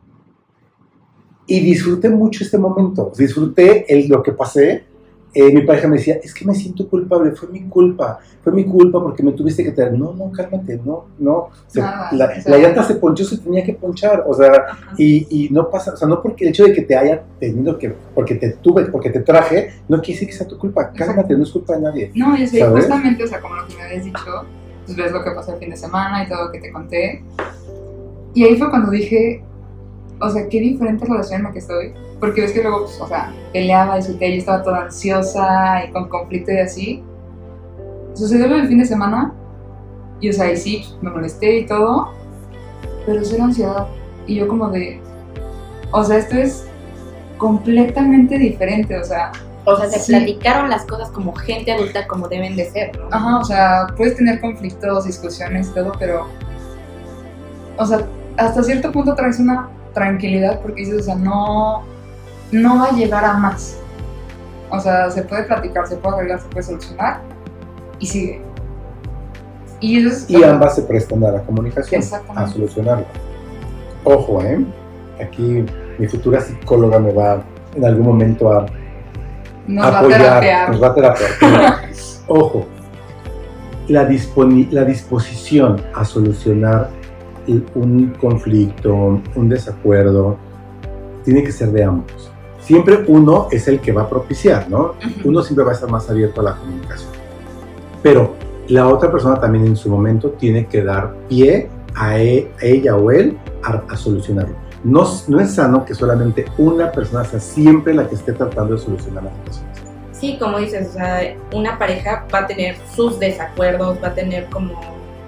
Y disfruté mucho este momento, disfruté el, lo que pasé. Eh, mi pareja me decía, es que me siento culpable, fue mi culpa, fue mi culpa porque me tuviste que traer. No, no, cálmate, no, no. Se- Nada, la, o sea- la llanta se ponchó, se tenía que ponchar, o sea, Ajá. y, y no pasa, o sea, no porque el hecho de que te haya tenido que, porque te tuve, porque te traje, no quiere decir que sea tu culpa, cálmate, no es culpa de nadie. No, y sí, ¿Sabes? justamente, o sea, como lo que me habías dicho, pues ves lo que pasó el fin de semana y todo lo que te conté. Y ahí fue cuando dije, o sea, qué diferente relación en la que estoy. Porque ves que luego, pues, o sea, peleaba, discuté, yo estaba toda ansiosa y con conflicto y así. Sucedió lo del fin de semana y, o sea, y sí, pues, me molesté y todo, pero eso era ansiedad. Y yo como de, o sea, esto es completamente diferente, o sea, o sea, se Sí. platicaron las cosas como gente adulta como deben de ser, ¿no? ajá, o sea, puedes tener conflictos, discusiones y todo, pero, o sea, hasta cierto punto traes una tranquilidad porque dices, o sea, no, no va a llegar a más. O sea, se puede platicar, se puede arreglar, se puede solucionar y sigue. Y eso es... Y ambas se prestan a la comunicación, Exactamente. a solucionarlo. Ojo, ¿eh? Aquí mi futura psicóloga me va en algún momento a Nos va a apoyar, terapear. nos va a terapear. Pero, ojo, la, disponi- la disposición a solucionar el- un conflicto, un desacuerdo, tiene que ser de ambos. Siempre uno es el que va a propiciar, ¿no? Ujú. Uno siempre va a estar más abierto a la comunicación. Pero la otra persona también en su momento tiene que dar pie a, e- a ella o él a, a solucionarlo. No, no es sano que solamente una persona sea siempre la que esté tratando de solucionar las situaciones. Sí, como dices, o sea, una pareja va a tener sus desacuerdos, va a tener como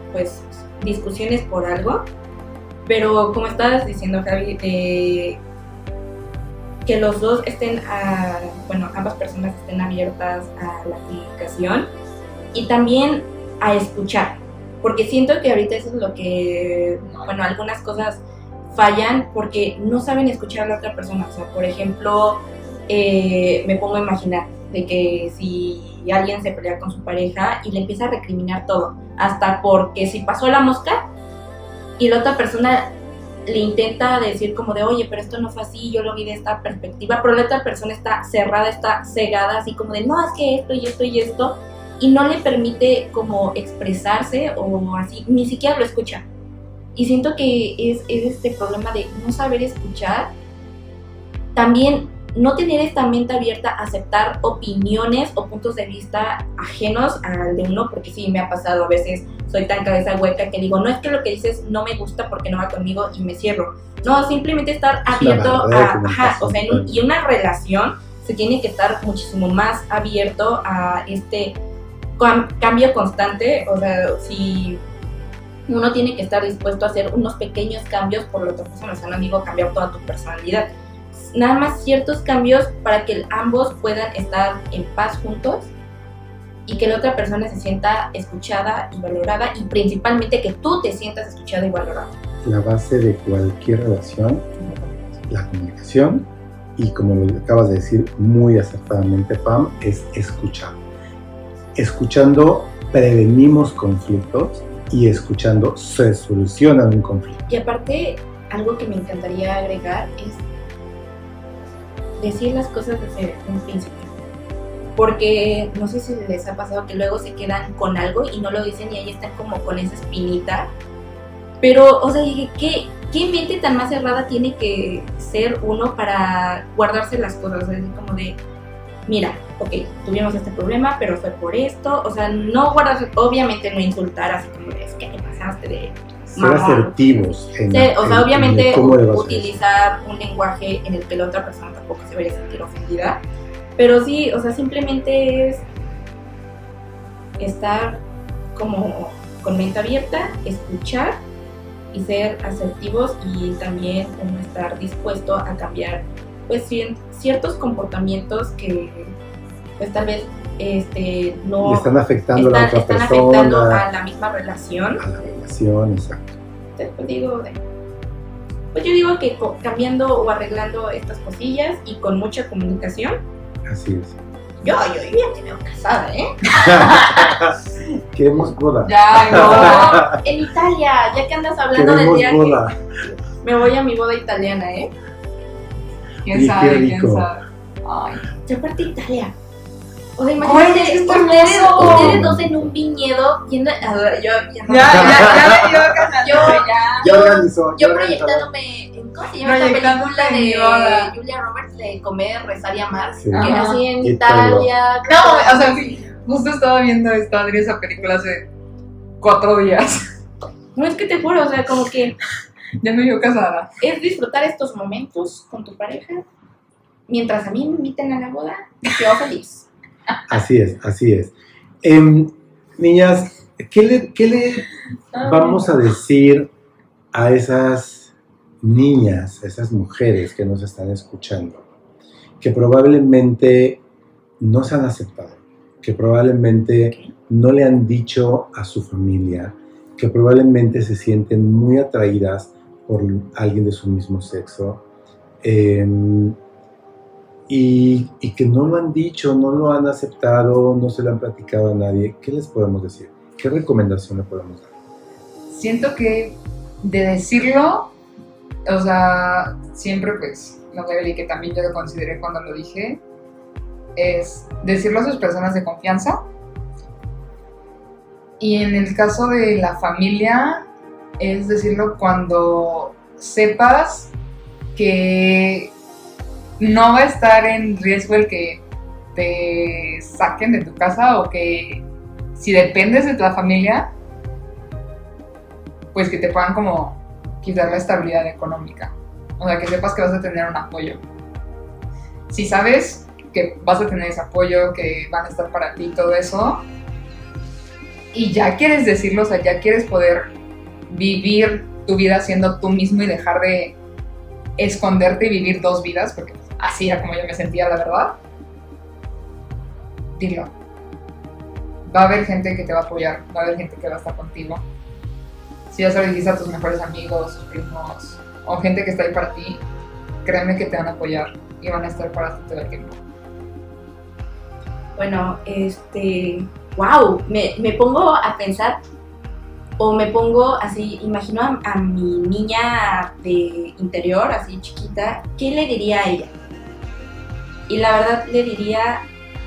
pues discusiones por algo, pero como estabas diciendo, Javi, eh, que los dos estén, a, bueno, ambas personas estén abiertas a la comunicación y también a escuchar, porque siento que ahorita eso es lo que, bueno, algunas cosas fallan porque no saben escuchar a la otra persona. O sea, por ejemplo, eh, me pongo a imaginar de que si alguien se pelea con su pareja y le empieza a recriminar todo, hasta porque si pasó la mosca y la otra persona le intenta decir como de, oye, pero esto no fue así, yo lo vi de esta perspectiva, pero la otra persona está cerrada, está cegada, así como de, no, es que esto y esto y esto, y no le permite como expresarse o así, ni siquiera lo escucha. Y siento que es, es este problema de no saber escuchar, también no tener esta mente abierta a aceptar opiniones o puntos de vista ajenos al de uno, porque sí, me ha pasado, a veces soy tan cabeza hueca que digo, no es que lo que dices no me gusta porque no va conmigo y me cierro. No, simplemente estar abierto a, ajá, o sea, en un, y una relación se tiene que estar muchísimo más abierto a este cambio constante. O sea, si uno tiene que estar dispuesto a hacer unos pequeños cambios por la otra persona, o sea, no digo cambiar toda tu personalidad, nada más ciertos cambios para que ambos puedan estar en paz juntos y que la otra persona se sienta escuchada y valorada, y principalmente que tú te sientas escuchado y valorado. La base de cualquier relación, la comunicación, y como lo acabas de decir muy acertadamente, Pam, es escuchar. Escuchando prevenimos conflictos y escuchando se soluciona un conflicto. Y aparte, algo que me encantaría agregar es decir las cosas desde un principio, porque no sé si les ha pasado que luego se quedan con algo y no lo dicen y ahí están como con esa espinita, pero, o sea, ¿qué, qué mente tan más cerrada tiene que ser uno para guardarse las cosas? O sea, como de, mira, ok, tuvimos este problema, pero fue por esto, o sea, no guardarse, obviamente no insultar así como de, es que te pasaste de... Ser asertivos. En sí, la, o sea, en, obviamente en utilizar un lenguaje en el que la otra persona tampoco se vaya a sentir ofendida, pero sí, o sea, simplemente es estar como con mente abierta, escuchar y ser asertivos, y también uno estar dispuesto a cambiar pues ciertos comportamientos que pues tal vez este, no le están afectando están, a la otra están persona, afectando a la misma relación. A la relación, exacto. Entonces, pues digo, pues yo digo que cambiando o arreglando estas cosillas y con mucha comunicación. Así es. Yo, yo, yo ya te veo casada, ¿eh? Queremos boda. Ya, No, en Italia, ya que andas hablando del Queremos viaje, boda. me voy a mi boda italiana, ¿eh? ¿Quién Y sabe? qué ¿Quién rico. sabe? Ay. Ya aparte Italia. O sea, imagínate, Ay, está ustedes, hermoso. ustedes dos en un viñedo viendo. A ver, yo ya no. Ya, ya, ya me iba a casar. Yo, ya. Ya organizó. Yo ya organizó. proyectándome en, ¿cómo se llama esta Proyectándote película en mi boda. de Julia Roberts de Comer, Rezar y Amar? Sí. Que Ajá. era así en Italia. Italia. No, o sea, sí, justo estaba viendo esta, Adri, esa película hace cuatro días. No, es que te juro, o sea, como que Ya me vio casada. es disfrutar estos momentos con tu pareja. Mientras a mí me inviten a la boda, yo feliz. Así es, así es. Eh, niñas, ¿qué le, qué le vamos a decir a esas niñas, a esas mujeres que nos están escuchando, que probablemente no se han aceptado, que probablemente no le han dicho a su familia, que probablemente se sienten muy atraídas por alguien de su mismo sexo, eh, Y, y que no lo han dicho, no lo han aceptado, no se lo han platicado a nadie? ¿Qué les podemos decir? ¿Qué recomendación le podemos dar? Siento que de decirlo, o sea, siempre pues, no sé, y que también yo lo consideré cuando lo dije, es decirlo a sus personas de confianza. Y en el caso de la familia, es decirlo cuando sepas que no va a estar en riesgo el que te saquen de tu casa, o que si dependes de tu familia, pues que te puedan como quitar la estabilidad económica. O sea, que sepas que vas a tener un apoyo. Si sabes que vas a tener ese apoyo, que van a estar para ti, todo eso, y ya quieres decirlo, o sea, ya quieres poder vivir tu vida siendo tú mismo y dejar de esconderte y vivir dos vidas, porque así era como yo me sentía, la verdad, dilo. Va a haber gente que te va a apoyar, va a haber gente que va a estar contigo. Si ya se lo dijiste a tus mejores amigos, tus primos, o gente que está ahí para ti, créeme que te van a apoyar y van a estar para ti todo el tiempo. Bueno, este, wow, me, me pongo a pensar, o me pongo así, imagino a, a mi niña de interior, así chiquita, ¿qué le diría a ella? Y la verdad le diría,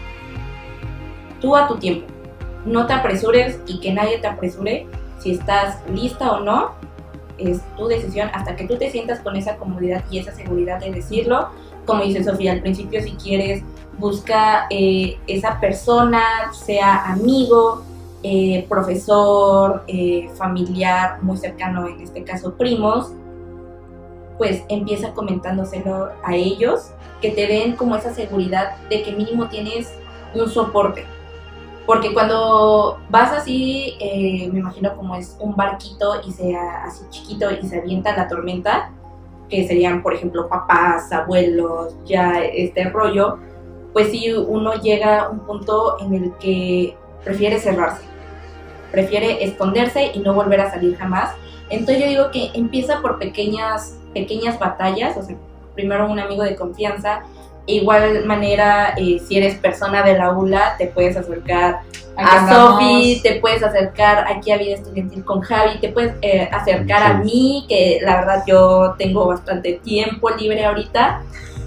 tú a tu tiempo, no te apresures y que nadie te apresure, si estás lista o no, es tu decisión, hasta que tú te sientas con esa comodidad y esa seguridad de decirlo. Como dice Sofía, al principio, si quieres, busca eh, esa persona, sea amigo, eh, profesor, eh, familiar, muy cercano, en este caso primos, pues empieza comentándoselo a ellos, que te den como esa seguridad de que mínimo tienes un soporte. Porque cuando vas así, eh, me imagino como es un barquito y sea así chiquito y se avienta la tormenta, que serían, por ejemplo, papás, abuelos, ya este rollo, pues sí, uno llega a un punto en el que prefiere cerrarse, prefiere esconderse y no volver a salir jamás. Entonces yo digo que empieza por pequeñas, pequeñas batallas, o sea, primero un amigo de confianza. De igual manera, eh, si eres persona de la U L A, te puedes acercar a Sofi, te puedes acercar aquí a Vida Estudiantil con Javi, te puedes eh, acercar sí. a mí, que la verdad yo tengo bastante tiempo libre ahorita.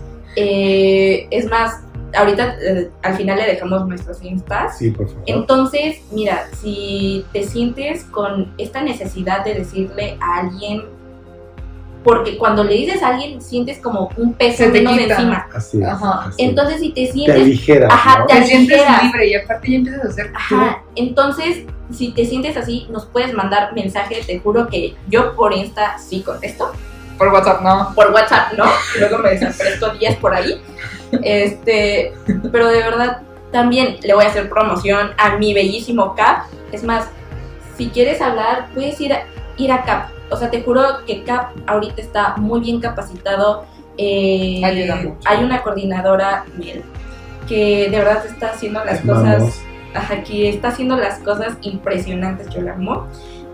Eh, es más, ahorita eh, al final le dejamos nuestros instas. Sí, por favor. Entonces, mira, si te sientes con esta necesidad de decirle a alguien, porque cuando le dices a alguien sientes como un peso menos encima. Así es, ajá. Así Entonces si te sientes... Te aligeras, ajá, ¿no? te, te aligeras. sientes libre y aparte ya empiezas a hacer Ajá, tú. Entonces si te sientes así, nos puedes mandar mensajes, te juro que yo por Insta sí contesto. Por WhatsApp no. Por WhatsApp no, luego me desaparezco días por ahí. Este, pero de verdad también le voy a hacer promoción a mi bellísimo C A P. Es más, si quieres hablar, puedes ir a, ir a C A P. O sea, te juro que C A P ahorita está muy bien capacitado. Eh, hay una coordinadora, Mel, que de verdad está haciendo las cosas, ajá, que está haciendo las cosas impresionantes, yo la amo.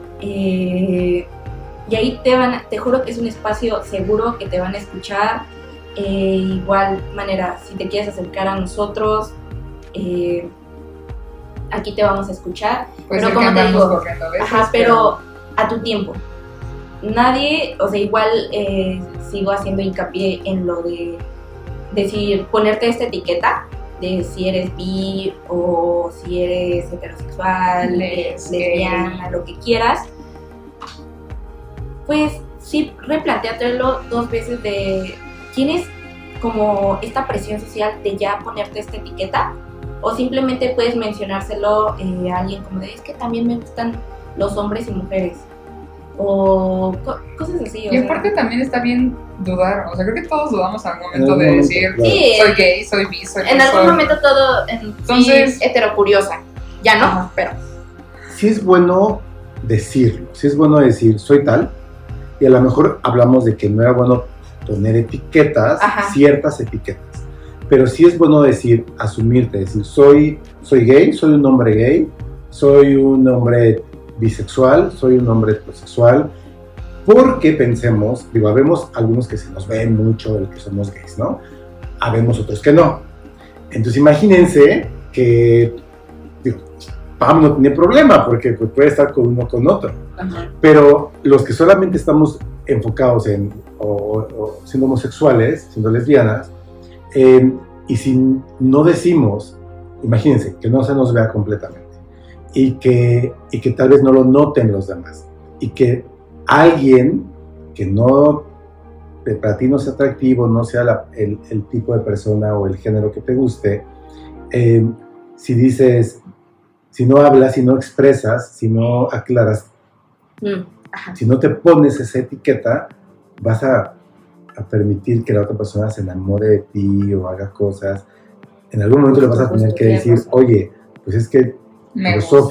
Eh, y ahí te van, te juro que es un espacio seguro, que te van a escuchar. Eh, igual manera, si te quieres acercar a nosotros, eh, aquí te vamos a escuchar. Pues pero como te digo, veces, ajá, pero a tu tiempo. Nadie, o sea, igual eh, sigo haciendo hincapié en lo de decir, ponerte esta etiqueta de si eres bi o si eres heterosexual, Les, lesbiana, eh. lo que quieras. Pues sí, replantéatelo dos veces de, ¿tienes como esta presión social de ya ponerte esta etiqueta? O simplemente puedes mencionárselo eh, a alguien como de, es que también me gustan los hombres y mujeres. O co- cosas así. O y sea, aparte también está bien dudar, o sea, creo que todos dudamos en algún momento de momento, decir, claro. sí, soy gay, soy bi, soy en algún soy... momento todo, en, Entonces, sí, heterocuriosa, ya no, ajá. Pero sí es bueno decirlo, sí es bueno decir, soy tal, y a lo mejor hablamos de que no era bueno poner etiquetas, ajá. ciertas etiquetas, pero sí es bueno decir, asumirte, decir, soy, soy gay, soy un hombre gay, soy un hombre bisexual, soy un hombre heterosexual, porque pensemos, digo, habemos algunos que se nos ven mucho el que somos gays, ¿no? Habemos otros que no. Entonces imagínense que, digo, Pam no tiene problema, porque puede estar con uno con otro, ajá. Pero los que solamente estamos enfocados en, o, o siendo homosexuales, siendo lesbianas, eh, y si no decimos, imagínense, que no se nos vea completamente, y que, y que tal vez no lo noten los demás, y que alguien que no, para ti no sea atractivo, no sea la, el, el tipo de persona o el género que te guste, eh, si dices, si no hablas, si no expresas, si no aclaras, mm, si no te pones esa etiqueta, vas a, a permitir que la otra persona se enamore de ti o haga cosas. En algún momento le vas a tener que decir, oye, pues es que Me Sofi,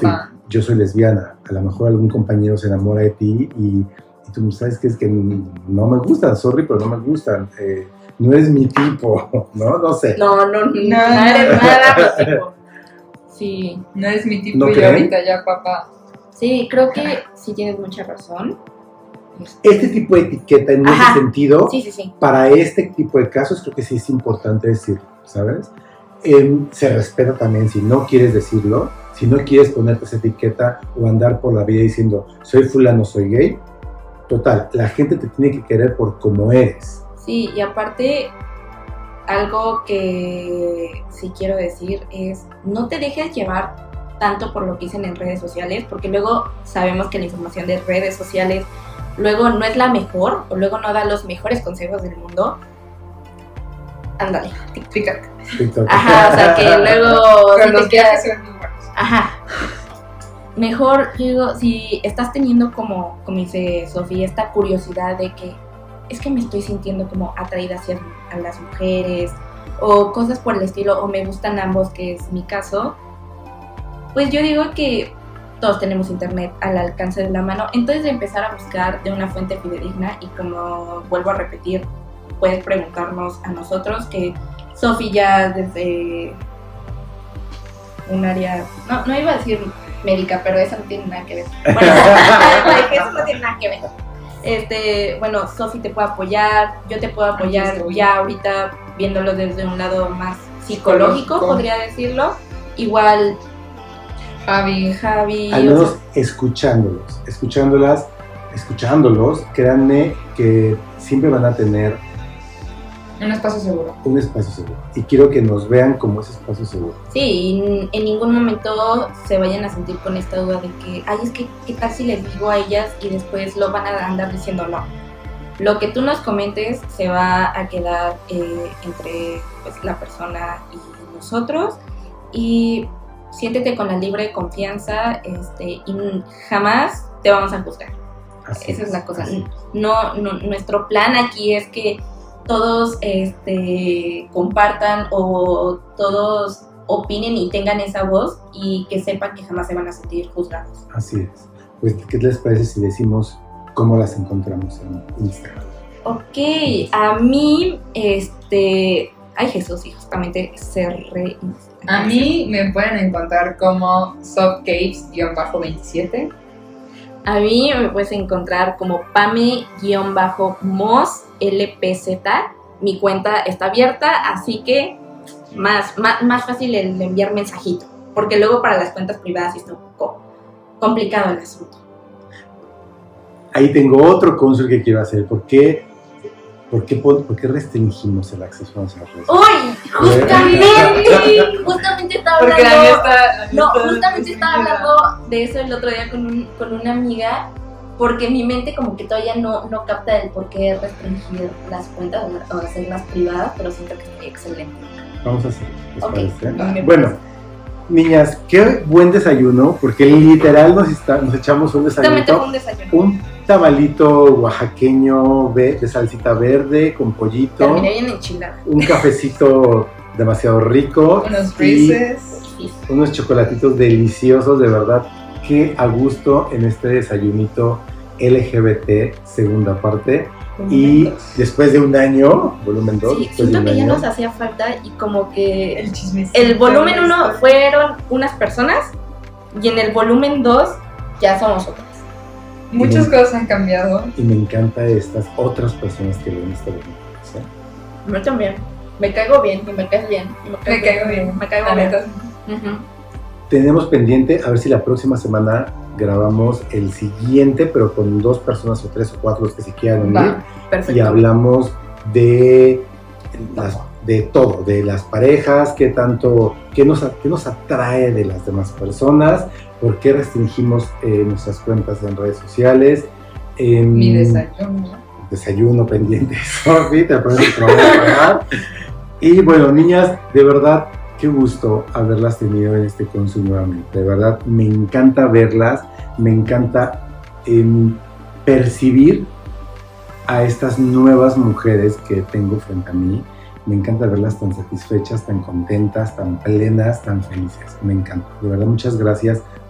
yo soy lesbiana, a lo mejor algún compañero se enamora de ti y, y tú sabes que es que no me gustan, sorry, pero no me gustan, eh, no eres mi tipo, ¿no? No sé. No, no, no, no, no eres nada mi tipo. Sí. No es mi tipo ¿No y creen? ahorita ya, papá. Sí, creo que sí tienes mucha razón. Este tipo de etiqueta en Ajá. ese sentido, Sí, sí, sí. para este tipo de casos creo que sí es importante decirlo, ¿sabes? Eh, se respeta también si no quieres decirlo, si no quieres ponerte esa etiqueta o andar por la vida diciendo soy fulano, soy gay. Total, la gente te tiene que querer por como eres. Sí, y aparte, algo que sí quiero decir es, no te dejes llevar tanto por lo que dicen en redes sociales, porque luego sabemos que la información de redes sociales luego no es la mejor, o luego no da los mejores consejos del mundo. Ándale, TikTok. TikTok. Ajá, o sea que luego... Pero si los te quedas- viajes son muy buenos. Ajá. Mejor, digo, si estás teniendo como, como dice Sofía, esta curiosidad de que es que me estoy sintiendo como atraída hacia a las mujeres o cosas por el estilo, o me gustan ambos, que es mi caso, pues yo digo que todos tenemos internet al alcance de la mano, entonces de empezar a buscar de una fuente fidedigna y como vuelvo a repetir, puedes preguntarnos a nosotros, que Sofi ya desde un área, no, no iba a decir médica, pero eso no tiene nada que ver. Bueno, eso no tiene nada que ver. Este, bueno, Sofi te puede apoyar, yo te puedo apoyar estoy. ya ahorita viéndolo desde un lado más psicológico, Psicológico. podría decirlo. Igual Javi. Javi, Al o menos sea, escuchándolos, escuchándolas, escuchándolos, créanme que siempre van a tener Un espacio seguro. un espacio seguro. Y quiero que nos vean como ese espacio seguro. sí, y en ningún momento se vayan a sentir con esta duda de que, ay, es que, ¿qué tal si les digo a ellas y después lo van a andar diciendo no? Lo que tú nos comentes se va a quedar eh, entre pues, la persona y nosotros, y siéntete con la libre confianza, este, y jamás te vamos a juzgar. Así Esa es la cosa. así. No, no, nuestro plan aquí es que todos este, compartan o todos opinen y tengan esa voz, y que sepan que jamás se van a sentir juzgados. Así es. Pues, ¿qué les parece si decimos cómo las encontramos en Instagram? Ok, a mí, este... Ay, Jesús, y justamente cerré Instagram. A mí me pueden encontrar como softcaves veintisiete. A mí me puedes encontrar como Pame-Mos L P Z. Mi cuenta está abierta, así que más, más, más fácil el enviar mensajito, porque luego para las cuentas privadas está un poco complicado el asunto. Ahí tengo otro cónsul que quiero hacer. ¿Por qué, por qué, pon- por qué restringimos el acceso a nuestras redes? ¡Uy! Justamente, justamente estaba Porque la hablando... mía está. No, justamente estaba hablando de eso el otro día con, un, con una amiga, porque mi mente como que todavía no, no capta el por qué restringir las cuentas o hacerlas privadas, pero siento que está excelente. Vamos a hacer. ¿Les Ok, parece? me Bueno, niñas, qué buen desayuno, porque literal nos, está- nos echamos un Justamente fue desayuno. un desayuno. Un tamalito oaxaqueño ve- de salsita verde con pollito. Terminé bien enchilada. Un cafecito demasiado rico. Unos y Reese's. Sí. unos chocolatitos deliciosos, de verdad. Qué a gusto en este desayunito L G B T, segunda parte. Y después de un año, volumen dos, Sí, después de siento un que ya año, nos hacía falta, y como que El chismecito. el volumen uno fueron unas personas y en el volumen dos ya somos otras. Muchas cosas han cambiado. y me encanta estas otras personas que ven este volumen. ¿Sí? A mí también. Me caigo bien y me caes bien. Y me, caes Me caigo bien. Me caigo La bien. neta. Ujú. Tenemos pendiente a ver si la próxima semana grabamos el siguiente, pero con dos personas o tres o cuatro los que se quieran unir. Va. Perfecto. Y hablamos de, las, de todo, de las parejas, qué tanto, qué nos, qué nos atrae de las demás personas, por qué restringimos eh, nuestras cuentas en redes sociales. em, Mi desayuno. desayuno pendiente, Sofi, te parece que lo voy a pagar. Y bueno, niñas, de verdad, qué gusto haberlas tenido en este Cónsul nuevamente. De verdad, me encanta verlas, me encanta em, percibir a estas nuevas mujeres que tengo frente a mí. Me encanta verlas tan satisfechas, tan contentas, tan plenas, tan felices. Me encanta. De verdad, muchas gracias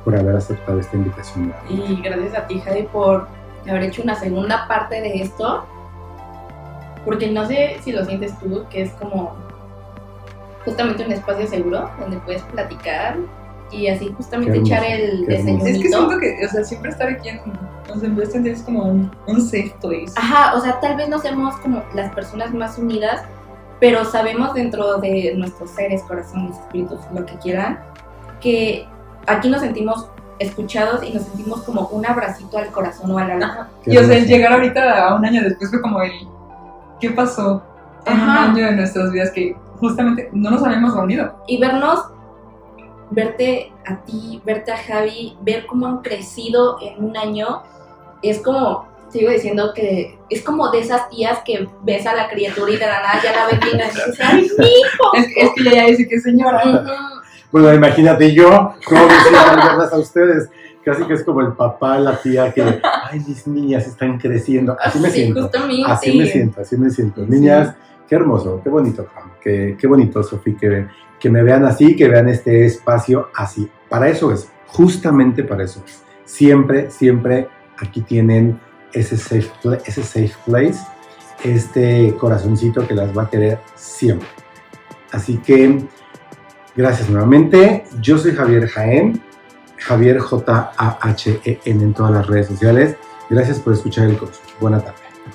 por haber aceptado esta invitación. Y gracias a ti, Javi, por haber hecho una segunda parte de esto, porque no sé si lo sientes tú, que es como justamente un espacio seguro donde puedes platicar y así justamente Qué echar hermoso, el qué hermoso. desayunito. Es que siento que, o sea, siempre estar aquí en, o sea, en Best Friends es como un, un safe place. Ajá, o sea, tal vez no seamos como las personas más unidas, pero sabemos dentro de nuestros seres, corazones, espíritus, lo que quieran, que aquí nos sentimos escuchados y nos sentimos como un abracito al corazón o al alma. Ajá. Qué Y o sea, el hermoso. llegar ahorita a un año después fue como el, ¿qué pasó en Ajá. un año de nuestras vidas que justamente no nos habíamos reunido? Y vernos, verte a ti, verte a Javi, ver cómo han crecido en un año, es como, sigo diciendo que es como de esas tías que ves a la criatura y de la nada ya la ven bien y dices, ¡ay, mi hijo! Es, es que ella ya dice que es señora. Ujú. Bueno, imagínate yo, cómo me siento verlas a ustedes. Casi que es como el papá, la tía que, ay, mis niñas están creciendo. Así me Sí, siento. justamente. Así me siento, así me siento. Niñas, qué hermoso, qué bonito, Pam, qué, qué bonito, Sofi, que, que me vean así, que vean este espacio así. Para eso es, justamente para eso es. Siempre, siempre aquí tienen ese safe, pla- ese safe place, este corazoncito que las va a querer siempre. Así que, gracias nuevamente. Yo soy Javier Jaén, Javier J A H E N en todas las redes sociales. Gracias por escuchar el coach. Buena tarde.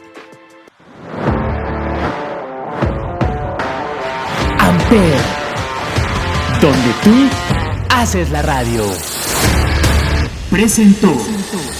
Amper, donde tú haces la radio. Presentó.